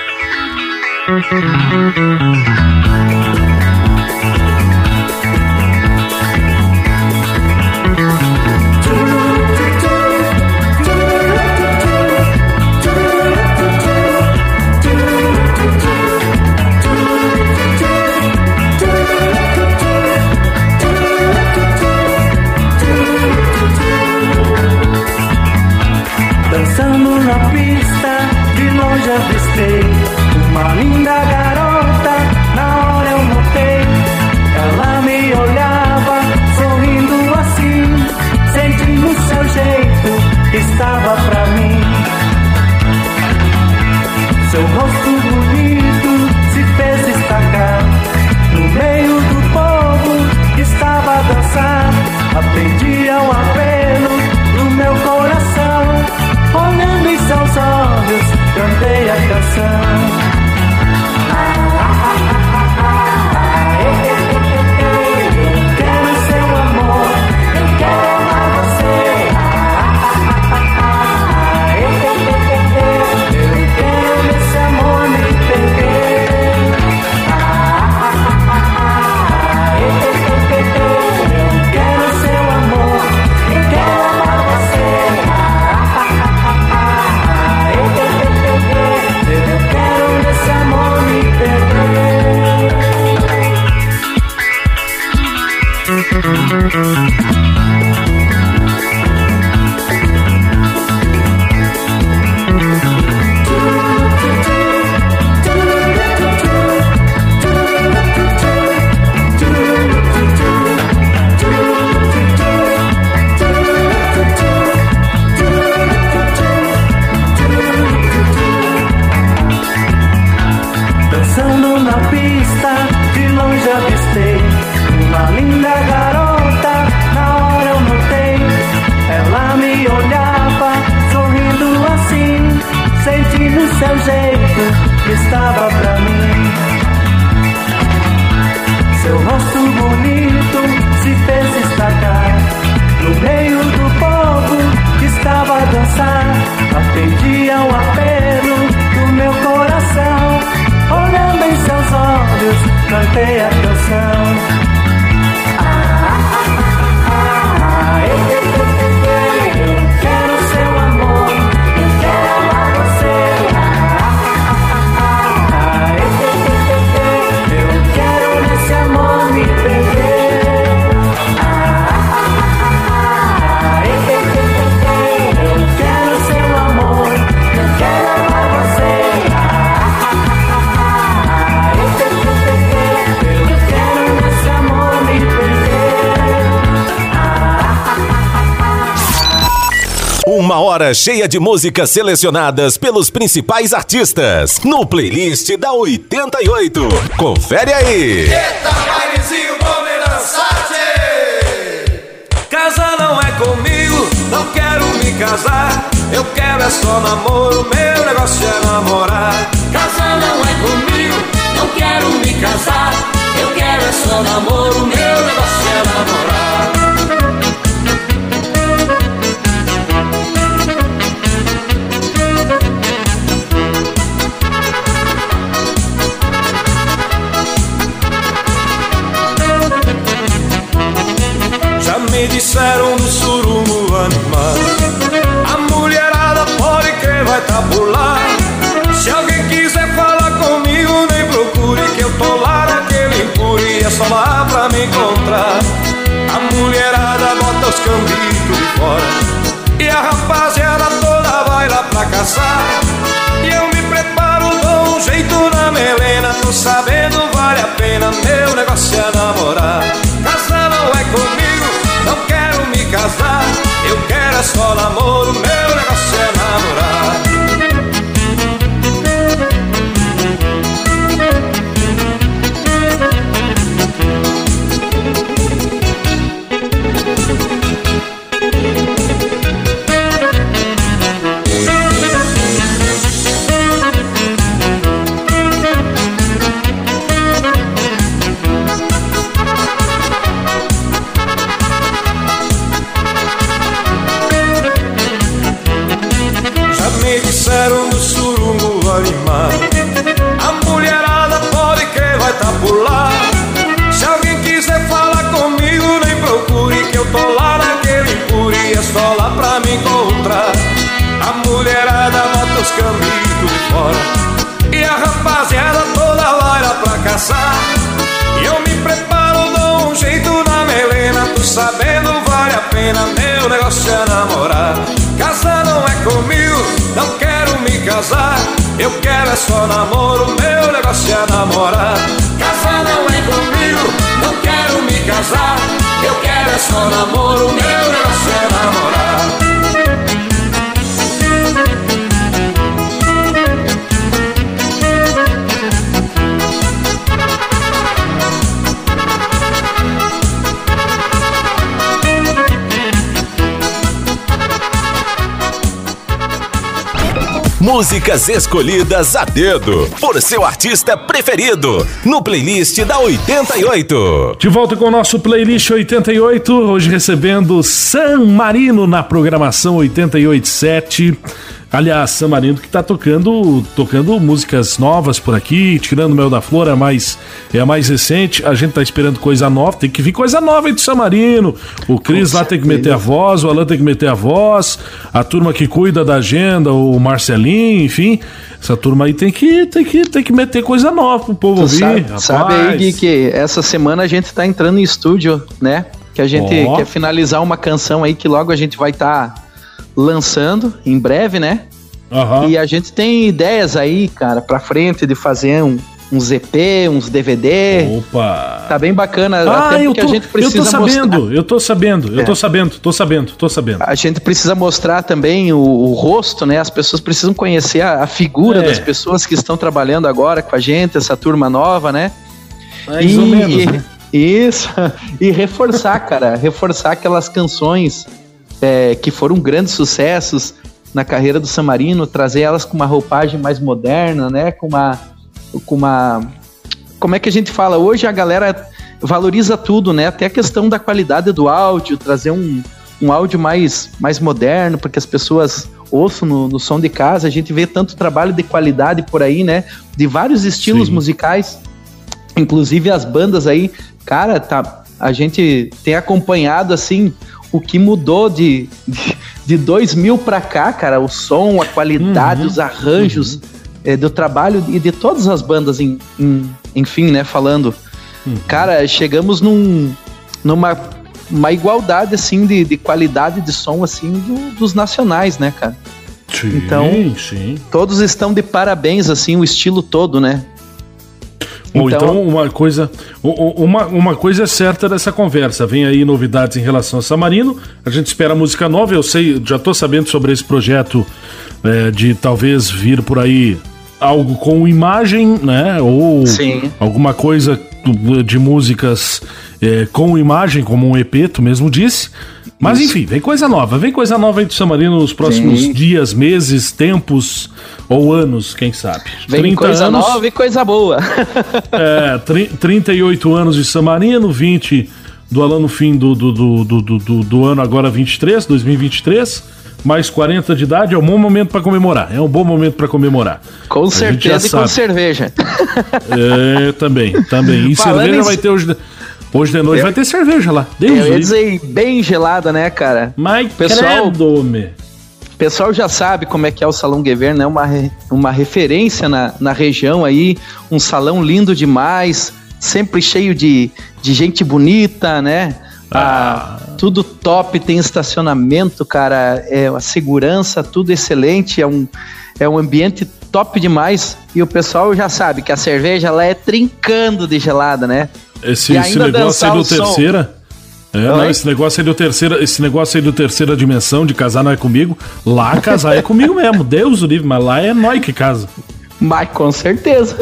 Dançando na pista, de longe avistei uma linda garota, na hora eu notei. Ela me olhava, sorrindo assim, sentindo seu jeito, estava pra mim. Seu rosto bonito se fez destacar no meio do povo que estava a dançar. Atendia o apelo do meu coração. Olhando em seus olhos, cantei a canção. Eu quero seu amor, eu quero amar você. Eu quero nesse amor me perder. Eu quero seu amor, eu quero amar você. Dançando na pista, de longe avistei uma linda garota, na hora eu notei. Ela me olhava, sorrindo assim, sentindo seu jeito, que estava pra mim. Seu rosto bonito se fez destacar no meio do povo que estava a dançar. Atendia o apelo do meu coração. Olhando em seus olhos, cantei a canção. Eu quero seu amor, eu quero amar você. Eu quero nesse amor me perder. Eu quero seu amor, eu quero amar você. Uma hora cheia de músicas selecionadas pelos principais artistas no playlist da oitenta e oito. Confere aí. Eita, bailezinho bom de dançar, tchê. Casar não é comigo, não quero me casar. Eu quero é só namoro, meu negócio é namorar. Casar não é comigo, não quero me casar. Eu quero é só namoro, meu negócio é namorar. Já me disseram no surumo animado, a mulherada pode crer vai tá por lá. Se alguém quiser falar comigo, nem procure, que eu tô lá naquele empure, é só lá pra me encontrar. A mulherada bota os cambitos de fora e a rapaziada toda vai lá pra caçar. E eu me preparo, dou um jeito na melena, tô sabendo vale a pena, meu negócio é namorar. Casar não é comigo, não quero me casar. Eu quero é só namoro, meu negócio é namorar. me disseram do surungo animado. A mulherada pode crer, vai tá por lá. Se alguém quiser falar comigo, nem procure, que eu tô lá naquele impuri, é só lá pra me encontrar. A mulherada bota os cambitos de fora e a rapaziada toda vai lá pra caçar. E eu me preparo, dou um jeito na melena, tô sabendo, vale a pena, meu negócio é namorar. Casar não é comigo, não quero me casar, eu quero é só namoro, meu negócio é namorar. Casar não é comigo, não quero me casar, eu quero é só namoro, meu negócio é namorar. Músicas escolhidas a dedo por seu artista preferido no playlist da oitenta e oito. De volta com o nosso playlist oitenta e oito, hoje recebendo San Marino na programação oitenta e oito ponto sete. Aliás, San Marino que tá tocando, tocando músicas novas por aqui, tirando o Mel da Flor, é a mais, é a mais recente. A gente tá esperando coisa nova, tem que vir coisa nova aí do San Marino. O Cris lá tem que meter a voz, o Alan tem que meter a voz, a turma que cuida da agenda, o Marcelinho, enfim. Essa turma aí tem que, tem que, tem que meter coisa nova pro povo ouvir. Sabe, sabe aí, Gui, que essa semana a gente tá entrando em estúdio, né? Que a gente oh. quer finalizar uma canção aí que logo a gente vai estar... Tá lançando em breve, né? Uhum. E a gente tem ideias aí, cara, pra frente de fazer um, uns E P, uns D V D. Opa! Tá bem bacana, ah, até porque tô, a gente precisa eu tô sabendo, mostrar... eu tô sabendo, eu é. tô sabendo, tô sabendo, tô sabendo. A gente precisa mostrar também o, o rosto, né? As pessoas precisam conhecer a, a figura é. das pessoas que estão trabalhando agora com a gente, essa turma nova, né? Mais e, ou menos, e, né? Isso, e reforçar, cara, reforçar aquelas canções... É, que foram grandes sucessos na carreira do San Marino, trazer elas com uma roupagem mais moderna, né? Com uma, com uma... Como é que a gente fala? Hoje a galera valoriza tudo, né? Até a questão da qualidade do áudio, trazer um, um áudio mais, mais moderno, porque as pessoas ouçam no, no som de casa. A gente vê tanto trabalho de qualidade por aí, né? De vários estilos Sim. musicais, inclusive as bandas aí. Cara, tá, a gente tem acompanhado, assim... O que mudou de, de, de dois mil pra cá, cara, o som, a qualidade, uhum, os arranjos uhum. é, do trabalho e de todas as bandas, em, em, enfim, né, falando. Uhum. Cara, chegamos num, numa uma igualdade, assim, de, de qualidade de som, assim, do, dos nacionais, né, cara? Sim, então, sim. Todos estão de parabéns, assim, o estilo todo, né? Bom, então, então uma coisa uma, uma coisa é certa dessa conversa. Vem aí novidades em relação a San Marino. A gente espera música nova. Eu sei, já tô sabendo sobre esse projeto é, de talvez vir por aí algo com imagem, né? Ou Sim. alguma coisa de músicas é, com imagem, como um E P, tu mesmo disse. Mas Isso. enfim, vem coisa nova. Vem coisa nova aí do San Marino nos próximos Sim. dias, meses, tempos ou anos, quem sabe. Vem coisa anos, nova e coisa boa. é, trinta e oito anos de San Marino, vinte do Alan no fim do, do, do, do, do, do ano agora vinte e três, dois mil e vinte e três, mais quarenta de idade, é um bom momento para comemorar. É um bom momento para comemorar. Com A certeza e com cerveja. É, também, também. E Falando cerveja em... vai ter hoje... Hoje de noite eu, vai ter cerveja lá. Deus eu ia dizer, bem gelada, né, cara? Mas pessoal, credo, me. pessoal já sabe como é que é o Salão Guevern, né? Uma, uma referência na, na região aí. Um salão lindo demais. Sempre cheio de, de gente bonita, né? Ah. Ah, tudo top, tem estacionamento, cara. É, a segurança, tudo excelente. É um, é um ambiente top demais. E o pessoal já sabe que a cerveja lá é trincando de gelada, né? Esse, esse negócio aí do terceira. É, não, esse negócio aí do terceira, esse negócio aí do terceira dimensão de casar não é comigo. Lá casar é comigo mesmo. Deus o livre, mas lá é nós que casa. Mas com certeza.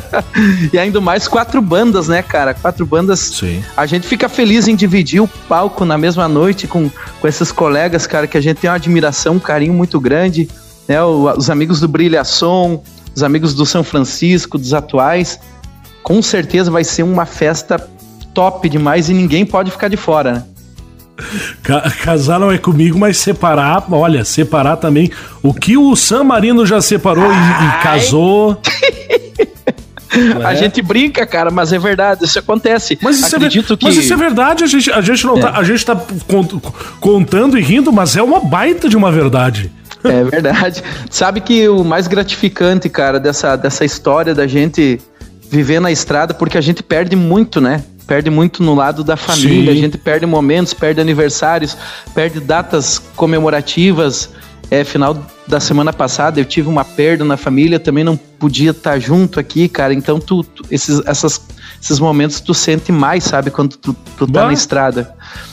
E ainda mais quatro bandas, né, cara? Quatro bandas. Sim. A gente fica feliz em dividir o palco na mesma noite com, com esses colegas, cara, que a gente tem uma admiração, um carinho muito grande, né? O, os amigos do Brilhação, os amigos do São Francisco, dos atuais. Com certeza vai ser uma festa top demais e ninguém pode ficar de fora, né? Ca- casar não é comigo, mas separar, olha, separar também. O que o San Marino já separou e, e casou. A É. gente brinca, cara, mas é verdade, isso acontece. Mas isso, Acredito é, que... mas isso é verdade, a gente, a gente não tá. A gente tá cont- contando e rindo, mas é uma baita de uma verdade. É verdade. Sabe que o mais gratificante, cara, dessa, dessa história da gente viver na estrada, porque a gente perde muito, né? Perde muito no lado da família, Sim. a gente perde momentos, perde aniversários, perde datas comemorativas. É, final da semana passada eu tive uma perda na família, também não podia estar junto aqui, cara. Então tu, tu- esses, essas, esses momentos tu sente mais, sabe? Quando tu, tu tá Bah. na estrada.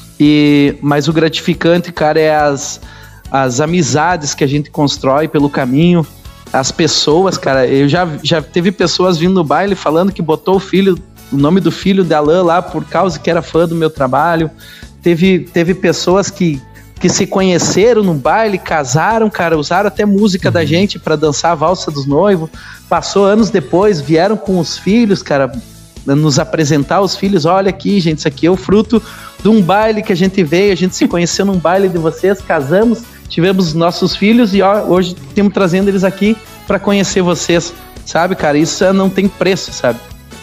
E, mas o gratificante, cara, é as, as amizades que a gente constrói pelo caminho. As pessoas, cara, eu já, já teve pessoas vindo no baile falando que botou o filho, o nome do filho da Alain lá por causa que era fã do meu trabalho. Teve, teve pessoas que que se conheceram no baile, casaram, cara, usaram até música da gente pra dançar a valsa dos noivos. Passou anos depois, vieram com os filhos, cara, nos apresentar os filhos. Olha aqui, gente, isso aqui é o fruto de um baile que a gente veio, a gente se conheceu num baile de vocês, casamos, tivemos nossos filhos e ó, hoje estamos trazendo eles aqui pra conhecer vocês, sabe, cara? Isso não tem preço, sabe?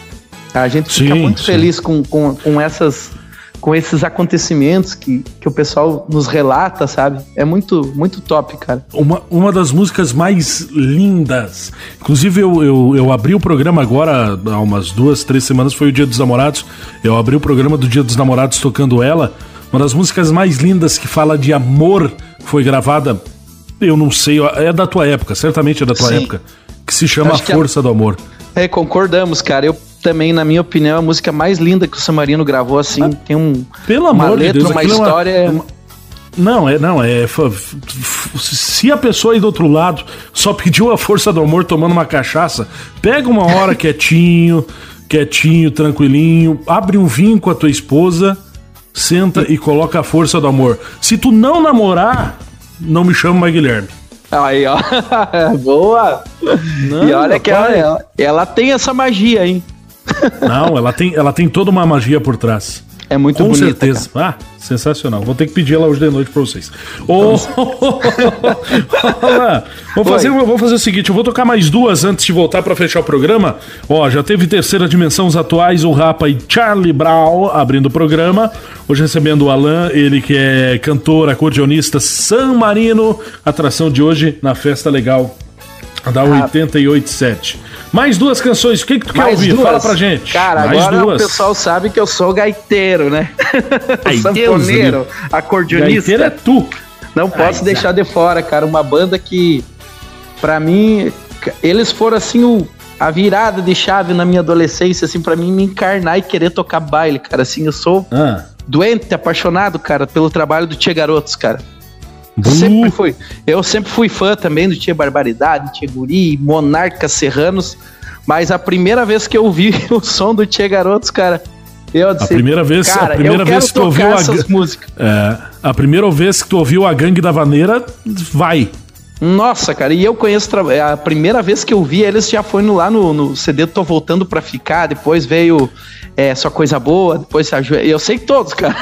A gente fica Sim, muito sim. feliz com, com, com essas... com esses acontecimentos que, que o pessoal nos relata, sabe? É muito, muito top, cara. Uma, uma das músicas mais lindas. Inclusive, eu, eu, eu abri o programa agora, há umas duas, três semanas, foi o Dia dos Namorados. Eu abri o programa do Dia dos Namorados tocando ela. Uma das músicas mais lindas que fala de amor, foi gravada, eu não sei, é da tua época, certamente é da tua Sim. época, que se chama A Acho que a- Força do Amor. É, concordamos, cara. Eu também, na minha opinião, é a música mais linda que o San Marino gravou, assim. Tem um, Pelo uma amor de letra, Deus, uma aquilo é uma- história... Não, é, não, é. f- f- f- Se a pessoa aí do outro lado só pediu a força do amor tomando uma cachaça, pega uma hora quietinho, quietinho, tranquilinho, abre um vinho com a tua esposa, senta e coloca a força do amor. Se tu não namorar, não me chama mais Guilherme. Aí, ó. Boa! Não, e olha que ela, rapaz. ela, ela tem essa magia, hein? Não, ela tem, ela tem toda uma magia por trás. É muito Com bonita, certeza. Ah, sensacional. Vou ter que pedir ela hoje de noite pra vocês. Ô, Alain, vou fazer, vou fazer o seguinte, eu vou tocar mais duas antes de voltar pra fechar o programa. Ó, já teve Terceira Dimensão, os atuais, o Rapa e Charlie Brown abrindo o programa. Hoje recebendo o Alain, ele que é cantor, acordeonista, San Marino. Atração de hoje na Festa Legal da oitenta e oito sete. Mais duas canções, o que, que tu quer Mais ouvir? duas. Fala pra gente. Cara, Mais agora duas. o pessoal sabe que eu sou gaiteiro, né? Ai, Sanfoneiro, Deus, acordeonista. Gaiteiro é tu. Não posso Ai, deixar de fora, cara. Uma banda que, pra mim, eles foram assim o, a virada de chave na minha adolescência, assim, pra mim me encarnar e querer tocar baile, cara. Assim, eu sou Ah. doente, apaixonado, cara, pelo trabalho do Tchê Garotos, cara. Bu. Sempre fui. Eu sempre fui fã também do Tchê Barbaridade, Tchê Guri, Monarcas Serranos. Mas a primeira vez que eu ouvi o som do Tchê Garotos, cara, eu disse, A primeira vez, cara, a primeira eu vez quero que tu ouviu tocar a, essas ga- músicas. é, a primeira vez que tu ouviu a Gangue da Vaneira, vai. Nossa, cara, e eu conheço tra- a primeira vez que eu vi eles já foi no, lá no, no C D Tô Voltando Pra Ficar, depois veio é, Só Coisa Boa, depois a Ju... eu sei todos, cara.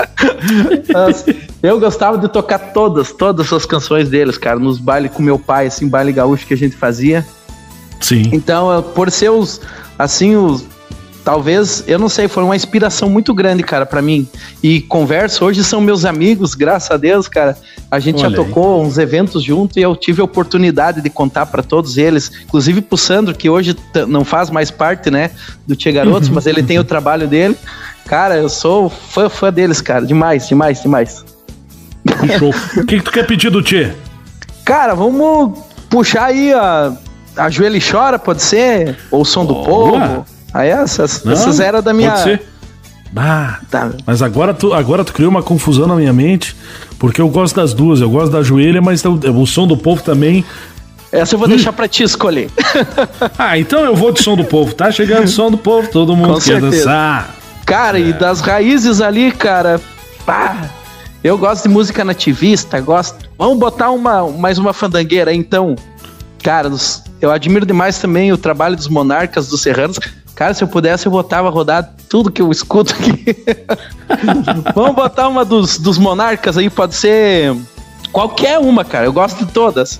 As- eu gostava de tocar todas, todas as canções deles, cara, nos bailes com meu pai, assim, baile gaúcho que a gente fazia. Sim. Então, eu- por ser os, assim, os, talvez, eu não sei, foi uma inspiração muito grande, cara, pra mim. E converso, hoje são meus amigos, graças a Deus, cara. A gente Olha já aí. tocou uns eventos junto e eu tive a oportunidade de contar pra todos eles, inclusive pro Sandro, que hoje t- não faz mais parte, né, do Tchê Garotos, mas ele tem o trabalho dele. Cara, eu sou fã, fã deles, cara, demais, demais, demais. Show. O que, que tu quer pedir do Tchê? Cara, vamos puxar aí a, a Joelho e Chora, pode ser? Ou o Som do Boa. Povo? Aí essas, Não, essas eram da minha... Pode ser. Ah, Tá. mas agora tu, agora tu criou uma confusão na minha mente, porque eu gosto das duas. Eu gosto da Joelha, mas o, o Som do Povo também. Essa eu vou deixar pra ti escolher. Ah, então eu vou de Som do Povo. Tá chegando o Som do Povo, todo mundo Com quer certeza. dançar. Cara, e das raízes ali, cara, pá, eu gosto de música nativista, gosto... Vamos botar uma, mais uma fandangueira aí, então. Cara, dos- eu admiro demais também o trabalho dos Monarcas, dos Serranos. Cara, se eu pudesse, eu botava rodar tudo que eu escuto aqui. Vamos botar uma dos, dos Monarcas aí, pode ser qualquer uma, cara. Eu gosto de todas.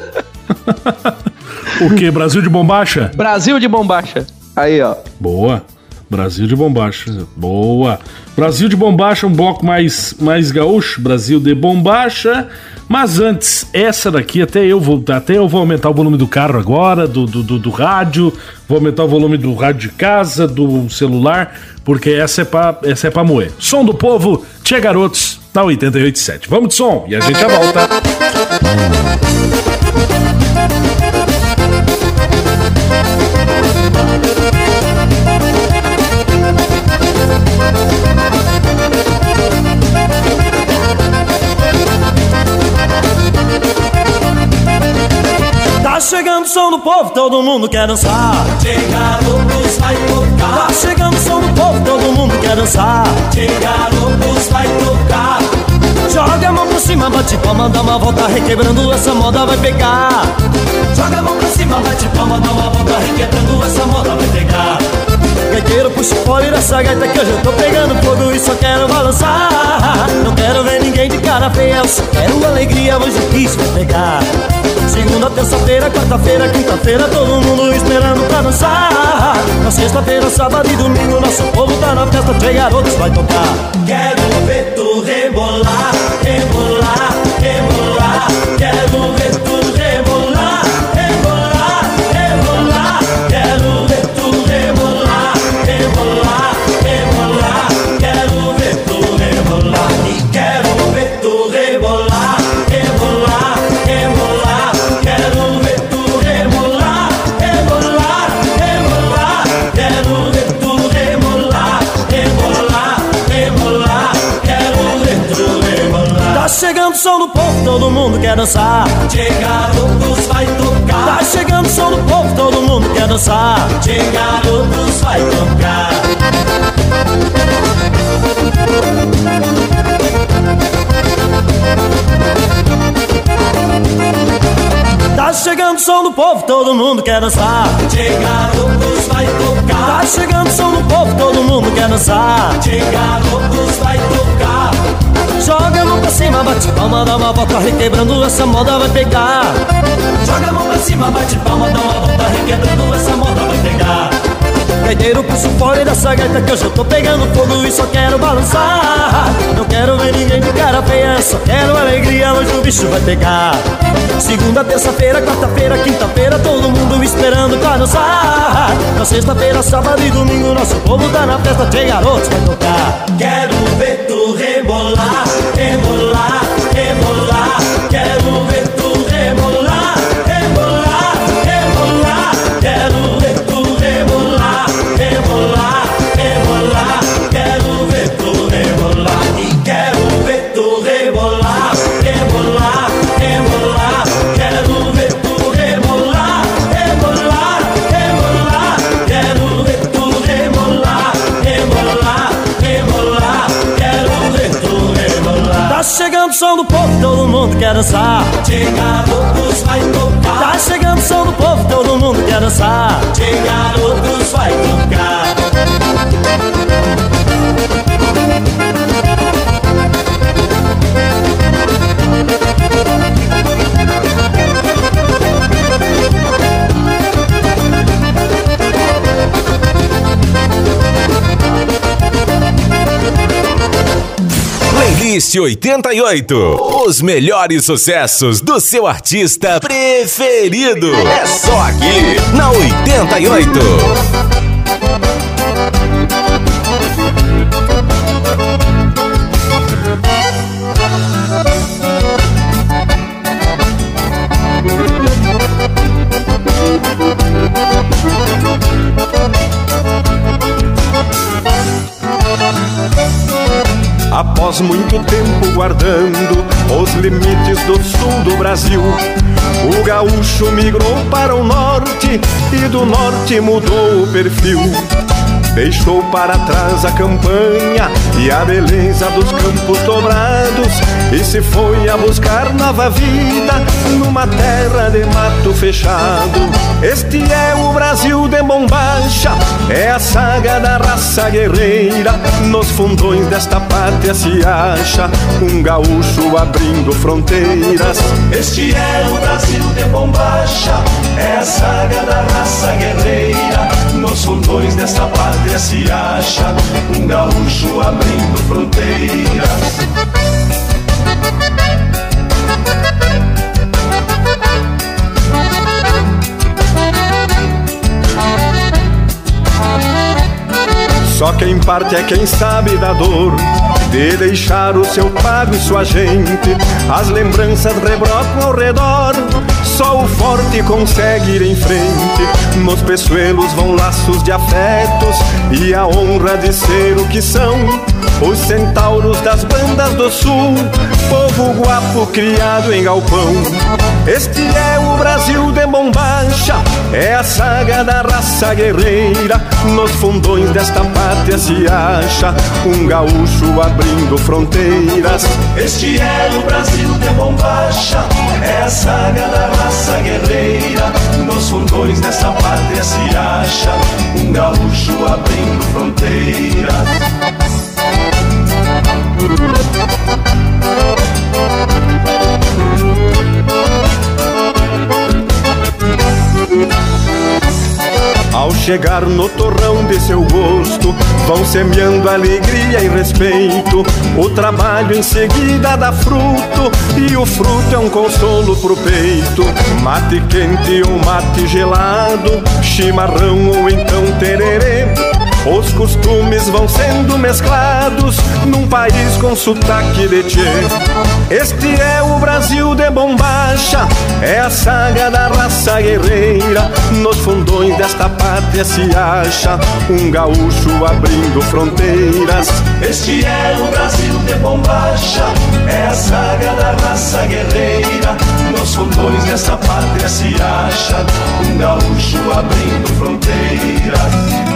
O quê? Brasil de Bombacha? Brasil de Bombacha. Aí, ó. Boa. Brasil de Bombacha. Boa. Brasil de Bombacha, um bloco mais, mais gaúcho. Brasil de Bombacha. Mas antes, essa daqui, até eu vou, até eu vou aumentar o volume do carro agora, do, do, do, do rádio. Vou aumentar o volume do rádio de casa, do celular, porque essa é pra, essa é pra moer. Som do Povo, Tchê Garotos, na oitenta e oito ponto sete. Vamos de som e a gente já volta. Tá chegando o som do povo, todo mundo quer dançar. Tchê Garotos vai tocar. Tá chegando o som do povo, todo mundo quer dançar. Tchê Garotos vai tocar. Joga a mão pra cima, bate palma, dá uma volta, requebrando, essa moda vai pegar. Joga a mão pra cima, bate palma, dá uma volta, requebrando, essa moda vai pegar. Gaiteiro, puxa o fole dessa gaita que hoje eu tô pegando fogo e só quero balançar. Não quero ver ninguém de cara feia, eu só quero alegria, hoje o bicho vai pegar. Segunda, terça-feira, quarta-feira, quinta-feira, todo mundo esperando pra dançar. Na sexta-feira, sábado e domingo, nosso povo tá na festa, Tchê Garotos vai tocar. Quero ver tu rebolar, rebolar, rebolar. Quero ver tu rebolar, rebolar, rebolar. Quero ver tu rebolar, rebolar, rebolar. Quero ver tu rebolar e quero ver tu rebolar, rebolar, rebolar. Quero ver tu rebolar, rebolar, rebolar. Quero ver tu rebolar, rebolar, rebolar. Quero ver tu rebolar. Tá chegando o som do povo, todo mundo quer dançar. Tchê Garotos vai tocar. Tá chegando o som do povo, todo mundo quer dançar. Tchê Garotos vai tocar. Tá chegando o som do povo, todo mundo quer dançar. Tchê Garotos vai tocar. Tá chegando o som do povo, todo mundo quer dançar. Tchê Garotos vai tocar. Joga a mão pra cima, bate palma, dá uma volta, requebrando, essa moda vai pegar. Joga a mão pra cima, bate palma, dá uma volta, requebrando, essa moda vai pegar. Gaiteiro, puxa o fole dessa gaita que hoje eu tô pegando fogo e só quero balançar. Não quero ver ninguém de cara feia, só quero alegria, hoje o bicho vai pegar. Segunda, terça-feira, quarta-feira, quinta-feira, todo mundo esperando pra dançar. Na sexta-feira, sábado e domingo, nosso povo tá na festa, Tchê Garotos vai tocar. Quero ver tu rebolar, rebolar, rebolar. Quero ver tu rebolar, rebolar, rebolar. Quero ver tu rebolar, rebolar, rebolar. Quero ver tu rebolar e quero ver tu rebolar, rebolar, rebolar. Quero ver tu rebolar, rebolar, rebolar. Quero ver tu rebolar, rebolar, rebolar. Quero ver tu rebolar. Tá chegando o som do povo, todo mundo quer dançar. Tchê Garotos vai tocar. Tá chegando o som do povo, todo mundo quer dançar. Tchê Garotos vai tocar. Playlist oitenta e oito. Os melhores sucessos do seu artista preferido. É só aqui, na oitenta e oito. Após muito tempo guardando os limites do sul do Brasil, o gaúcho migrou para o norte e do norte mudou o perfil. deixou para trás a campanha e a beleza dos campos dobrados e se foi a buscar nova vida numa terra de mato fechado. Este é o Brasil de bombacha, é a saga da raça guerreira. Nos fundões desta pátria se acha um gaúcho abrindo fronteiras. Este é o Brasil de bombacha, é a saga da raça guerreira. Nos fundões desta pátria se acha um gaúcho abrindo fronteiras. Só quem parte é quem sabe da dor de deixar o seu pago e sua gente. As lembranças rebrotam ao redor, só o forte consegue ir em frente. Nos peçoelos vão laços de afetos e a honra de ser o que são os centauros das bandas do sul, povo guapo criado em galpão. Este é o Brasil de bombacha, é a saga da raça guerreira. Nos fundões desta pátria se acha um gaúcho abrindo fronteiras. Este é o Brasil de bombacha, é a saga da raça guerreira. Nos fundões desta pátria se acha um gaúcho abrindo fronteiras. Ao chegar no torrão de seu gosto, vão semeando alegria e respeito. O trabalho em seguida dá fruto, e o fruto é um consolo pro peito. Mate quente ou mate gelado, chimarrão ou então tererê, os costumes vão sendo mesclados num país com sotaque de tchê. Este é o Brasil de bombacha, é a saga da raça guerreira. Nos fundões desta pátria se acha um gaúcho abrindo fronteiras. Este é o Brasil de bombacha, é a saga da raça guerreira. Nos fundões desta pátria se acha um gaúcho abrindo fronteiras.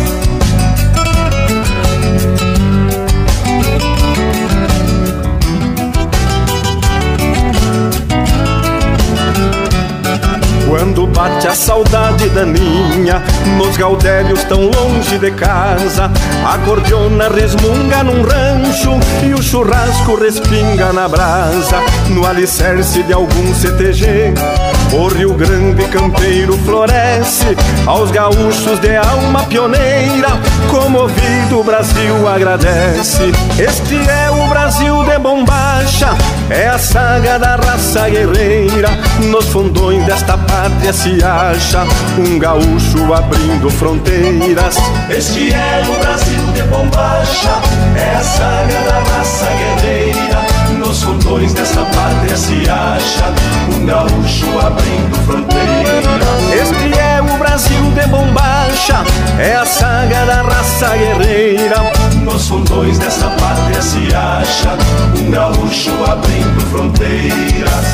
Quando bate a saudade daninha, nos gaudérios tão longe de casa, a cordiona resmunga num rancho e o churrasco respinga na brasa. No alicerce de algum C T G, o Rio Grande campeiro floresce aos gaúchos de alma pioneira. Comovido o Brasil agradece. Este é o Brasil de bombacha, é a saga da raça guerreira. Nos fundões desta pátria se acha um gaúcho abrindo fronteiras. Este é o Brasil de bombacha, é a saga da raça guerreira. Nos fundões desta pátria se acha um gaúcho abrindo fronteiras. Este é o Brasil de bombacha, é a saga da raça guerreira. Nos fundões desta pátria se acha um gaúcho abrindo fronteiras.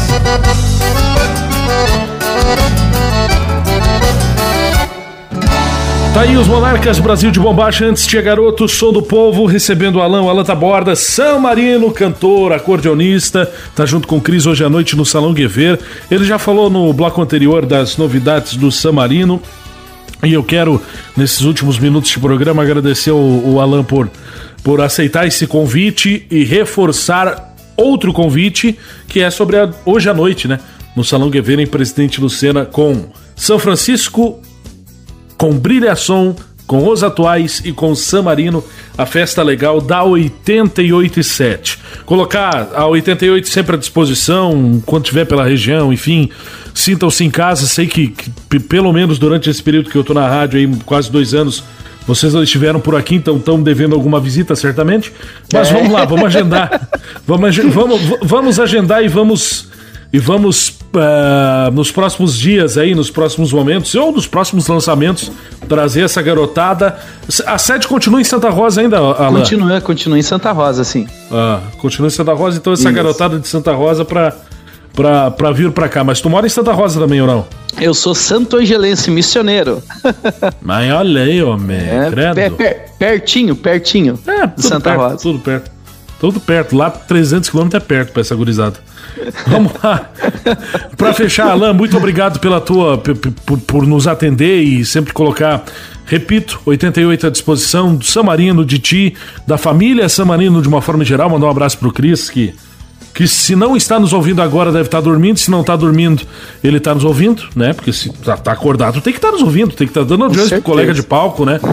Tá aí os Monarcas, Brasil de bombacha. Antes tinha Garoto, Som do Povo, recebendo o Alan, o Alan Taborda, Sam Marino, cantor, acordeonista, tá junto com o Cris hoje à noite no Salão Guever. Ele já falou no bloco anterior das novidades do Sam Marino, e eu quero, nesses últimos minutos de programa, agradecer o, o Alan por, por aceitar esse convite e reforçar outro convite, que é sobre a, hoje à noite, né, no Salão Guever, em Presidente Lucena, com São Francisco, com Brilhação, com Os Atuais e com Sam Marino, a festa legal da oitenta e oito e sete. Colocar a oitenta e oito sempre à disposição, quando estiver pela região, enfim, sintam-se em casa. Sei que, que pelo menos durante esse período que eu tô na rádio, aí, quase dois anos, vocês não estiveram por aqui, então estão devendo alguma visita, certamente. Mas é. vamos lá, vamos agendar. vamos, vamos, vamos agendar e vamos... E vamos, uh, nos próximos dias aí, nos próximos momentos, ou nos próximos lançamentos, trazer essa garotada. A sede continua em Santa Rosa ainda, Alan? Continua, continua em Santa Rosa, sim. Ah, continua em Santa Rosa, então essa Isso. garotada de Santa Rosa para pra, pra vir pra cá. Mas tu mora em Santa Rosa também, ou não? Eu sou santo angelense, missioneiro. Mas olha aí, homem, é, credo. Per, per, pertinho, pertinho é, de Santa perto, Rosa. Tudo perto. Tudo perto. Lá trezentos quilômetros é perto pra essa gurizada. Vamos lá. Pra fechar, Alain, muito obrigado pela tua por, por, por nos atender e sempre colocar, repito, oitenta e oito à disposição do Samarino, de ti, da família Samarino de uma forma geral. Mandar um abraço pro Cris, que, que se não está nos ouvindo agora deve estar dormindo, se não está dormindo ele está nos ouvindo, né? Porque se tá, tá acordado tem que estar nos ouvindo, tem que estar dando audiência pro colega de palco, né?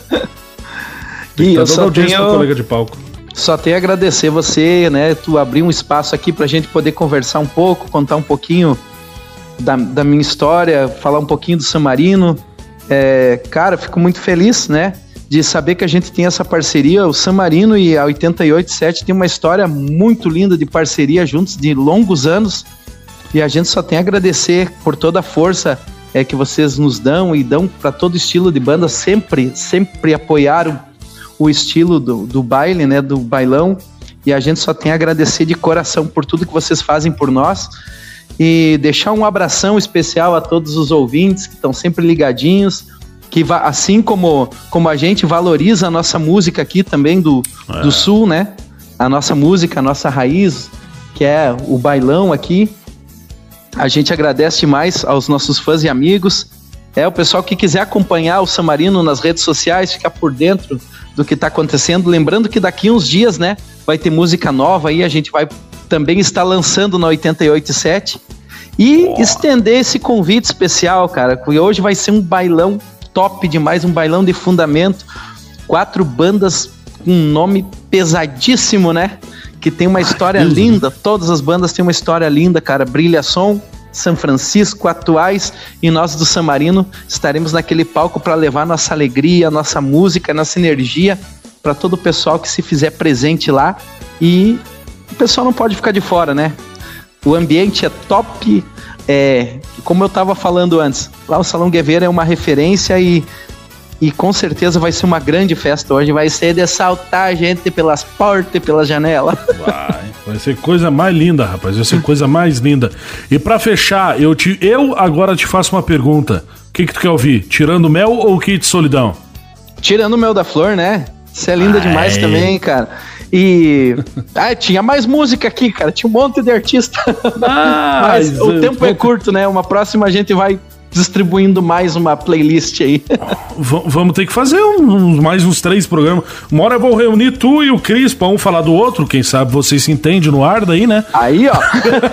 Tem que estar dando audiência pro colega de palco. Só tenho a agradecer você, né? Tu abrir um espaço aqui pra gente poder conversar um pouco, contar um pouquinho da, da minha história, falar um pouquinho do Samarino. É, cara, fico muito feliz, né? De saber que a gente tem essa parceria. O Samarino e a oitenta e oito sete tem uma história muito linda de parceria juntos, de longos anos. E a gente só tem a agradecer por toda a força é, que vocês nos dão e dão para todo estilo de banda. Sempre, sempre apoiaram o estilo do, do baile, né, do bailão, e a gente só tem a agradecer de coração por tudo que vocês fazem por nós, e deixar um abração especial a todos os ouvintes que estão sempre ligadinhos, que assim como, como a gente valoriza a nossa música aqui também do, é. do Sul, né, a nossa música, a nossa raiz, que é o bailão aqui, a gente agradece demais aos nossos fãs e amigos. É, o pessoal que quiser acompanhar o Samarino nas redes sociais, ficar por dentro do que está acontecendo. Lembrando que daqui uns dias, né, vai ter música nova aí, a gente vai também estar lançando na oitenta e oito sete. E oh. estender esse convite especial, cara, porque hoje vai ser um bailão top demais, um bailão de fundamento. Quatro bandas com um nome pesadíssimo, né? Que tem uma história Ai, linda, todas as bandas têm uma história linda, cara. Brilha Som, São Francisco, Atuais, e nós do Samarino estaremos naquele palco para levar nossa alegria, nossa música, nossa energia para todo o pessoal que se fizer presente lá. E o pessoal não pode ficar de fora, né? O ambiente é top, é, como eu estava falando antes, lá o Salão Guevara é uma referência e, e com certeza vai ser uma grande festa hoje, vai ser de saltar a gente pelas portas e pelas janelas. Vai, vai ser coisa mais linda, rapaz, vai ser coisa mais linda. E pra fechar, eu, te, eu agora te faço uma pergunta, o que que tu quer ouvir? Tirando Mel ou Kit Solidão? Tirando Mel da Flor, né? Isso é linda Ai. demais também, cara. E ah, tinha mais música aqui, cara, tinha um monte de artista. Ah, mas o tempo é curto, né? Uma próxima a gente vai distribuindo mais uma playlist aí. V- vamos ter que fazer um, mais uns três programas. Uma hora eu vou reunir tu e o Cris pra um falar do outro. Quem sabe vocês se entendem no ar daí, né? Aí, ó.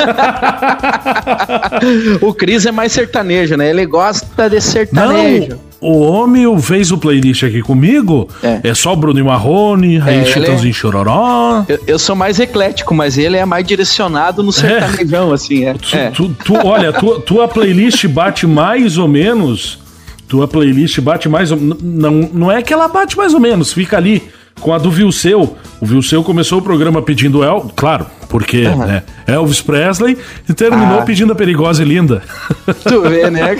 O Cris é mais sertanejo, né? Ele gosta de sertanejo. Não. O homem fez o playlist aqui comigo, é, é só Bruno e Marrone, aí é, Chitãozinho é... Chororó. Eu, eu sou mais eclético, mas ele é mais direcionado no sertanejão, é. assim, é. Tu, é. Tu, tu, olha, tua, tua playlist bate mais ou menos, tua playlist bate mais ou menos, não, não é que ela bate mais ou menos, fica ali com a do Vilseu. O Vilseu começou o programa pedindo El, claro, porque uhum. né, Elvis Presley, e terminou ah. pedindo a Perigosa e Linda. Tu vê, né?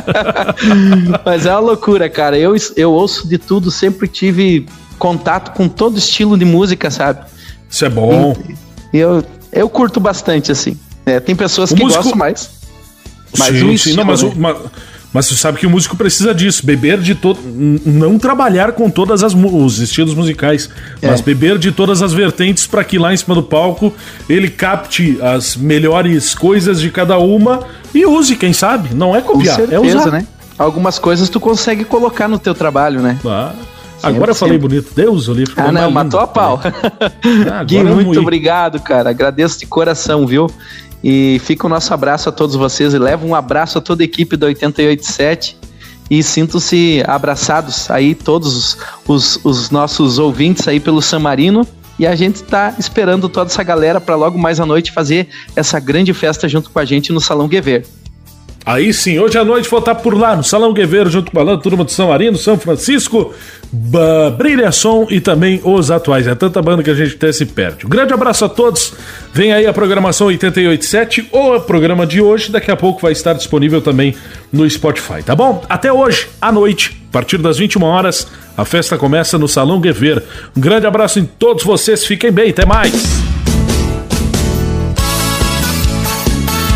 Mas é uma loucura, cara. Eu, eu ouço de tudo, sempre tive contato com todo estilo de música, sabe? Isso é bom. E eu, eu curto bastante, assim. É, tem pessoas o que músico... gostam mais. Mas sim, um estilo, sim, não, mas, né? o, mas, mas você sabe que o músico precisa disso, beber de todo, não trabalhar com todas as os estilos musicais, é. mas beber de todas as vertentes para que lá em cima do palco ele capte as melhores coisas de cada uma e use, quem sabe? Não é copiar, com certeza, é usar. Né? Algumas coisas tu consegue colocar no teu trabalho, né? Ah, agora sempre, eu falei sempre. Bonito, Deus, o livro. Ah, não, matou lindo, a pau. Ah, Gui, muito obrigado, cara. Agradeço de coração, viu? E fica o nosso abraço a todos vocês e leva um abraço a toda a equipe da oitenta e oito sete e sintam-se abraçados aí todos os, os, os nossos ouvintes aí pelo Samarino, e a gente tá esperando toda essa galera para logo mais à noite fazer essa grande festa junto com a gente no Salão Guevara. Aí sim, hoje à noite vou estar por lá no Salão Guevara, junto com a turma do Samarino, São Francisco, Brilha Som e também os Atuais. É tanta banda que a gente até se perde. Um grande abraço a todos. Vem aí a programação oitenta e oito sete, ou o programa de hoje, daqui a pouco vai estar disponível também no Spotify, tá bom? Até hoje, à noite, a partir das vinte e uma horas, a festa começa no Salão Guevara. Um grande abraço em todos vocês, fiquem bem, até mais!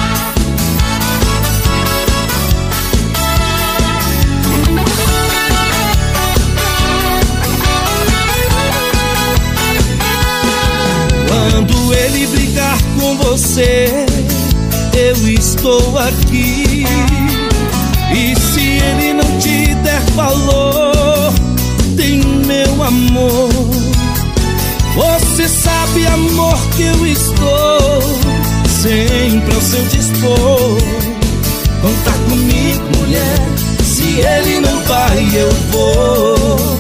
você, eu estou aqui. E se ele não te der valor, tem meu amor. Você sabe, amor, que eu estou sempre ao seu dispor. Conta comigo, mulher, se ele não vai, eu vou.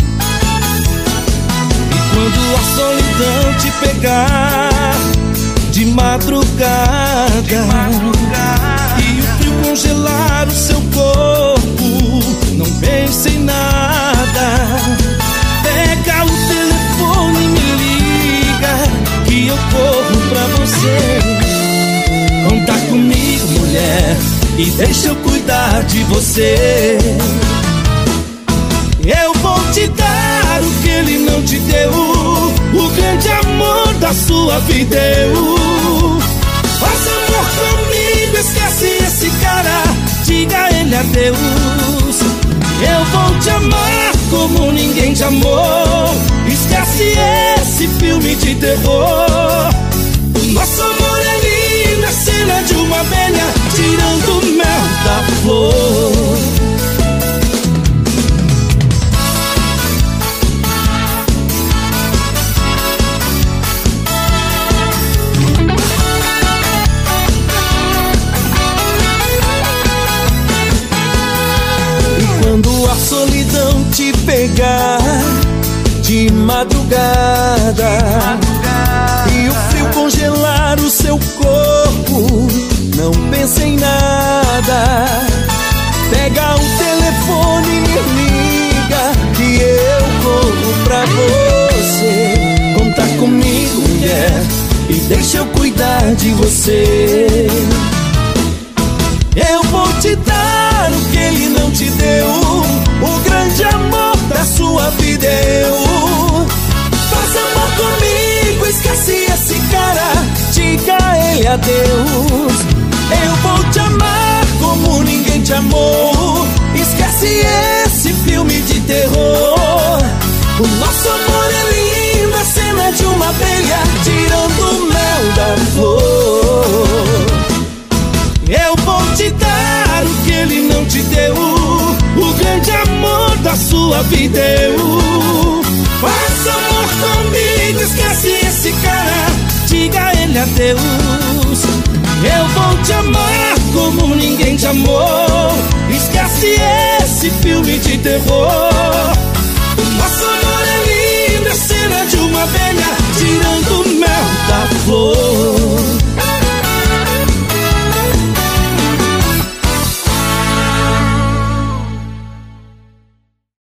E quando a solidão te pegar de madrugada, de madrugada, e o frio congelar o seu corpo, não pense em nada. Pega o telefone e me liga, que eu corro pra você. Conta comigo, mulher, e deixa eu cuidar de você. Eu vou te dar o que ele não te deu, o grande amor da sua vida. Eu faça amor comigo, esquece esse cara, diga a ele adeus. Eu vou te amar como ninguém te amou, esquece esse filme de terror. O nosso amor é lindo, a cena de uma abelha tirando o mel da flor. Quando a solidão te pegar de madrugada, e o frio congelar o seu corpo, não pense em nada. Pega o telefone e me liga, que eu corro pra você. Conta comigo, mulher, e deixa eu cuidar de você. Eu vou te dar o que ele não te deu, o grande amor da sua vida. Eu faça amor comigo, esquece esse cara, diga a ele adeus. Eu vou te amar como ninguém te amou, esquece esse filme de terror. O nosso amor é lindo, a cena de uma abelha tirando o mel da flor. Eu vou te dar o que ele não te deu, o grande amor da sua vida. Eu faça amor comigo, esquece esse cara, diga a ele adeus. Eu vou te amar como ninguém te amou, esquece esse filme de terror.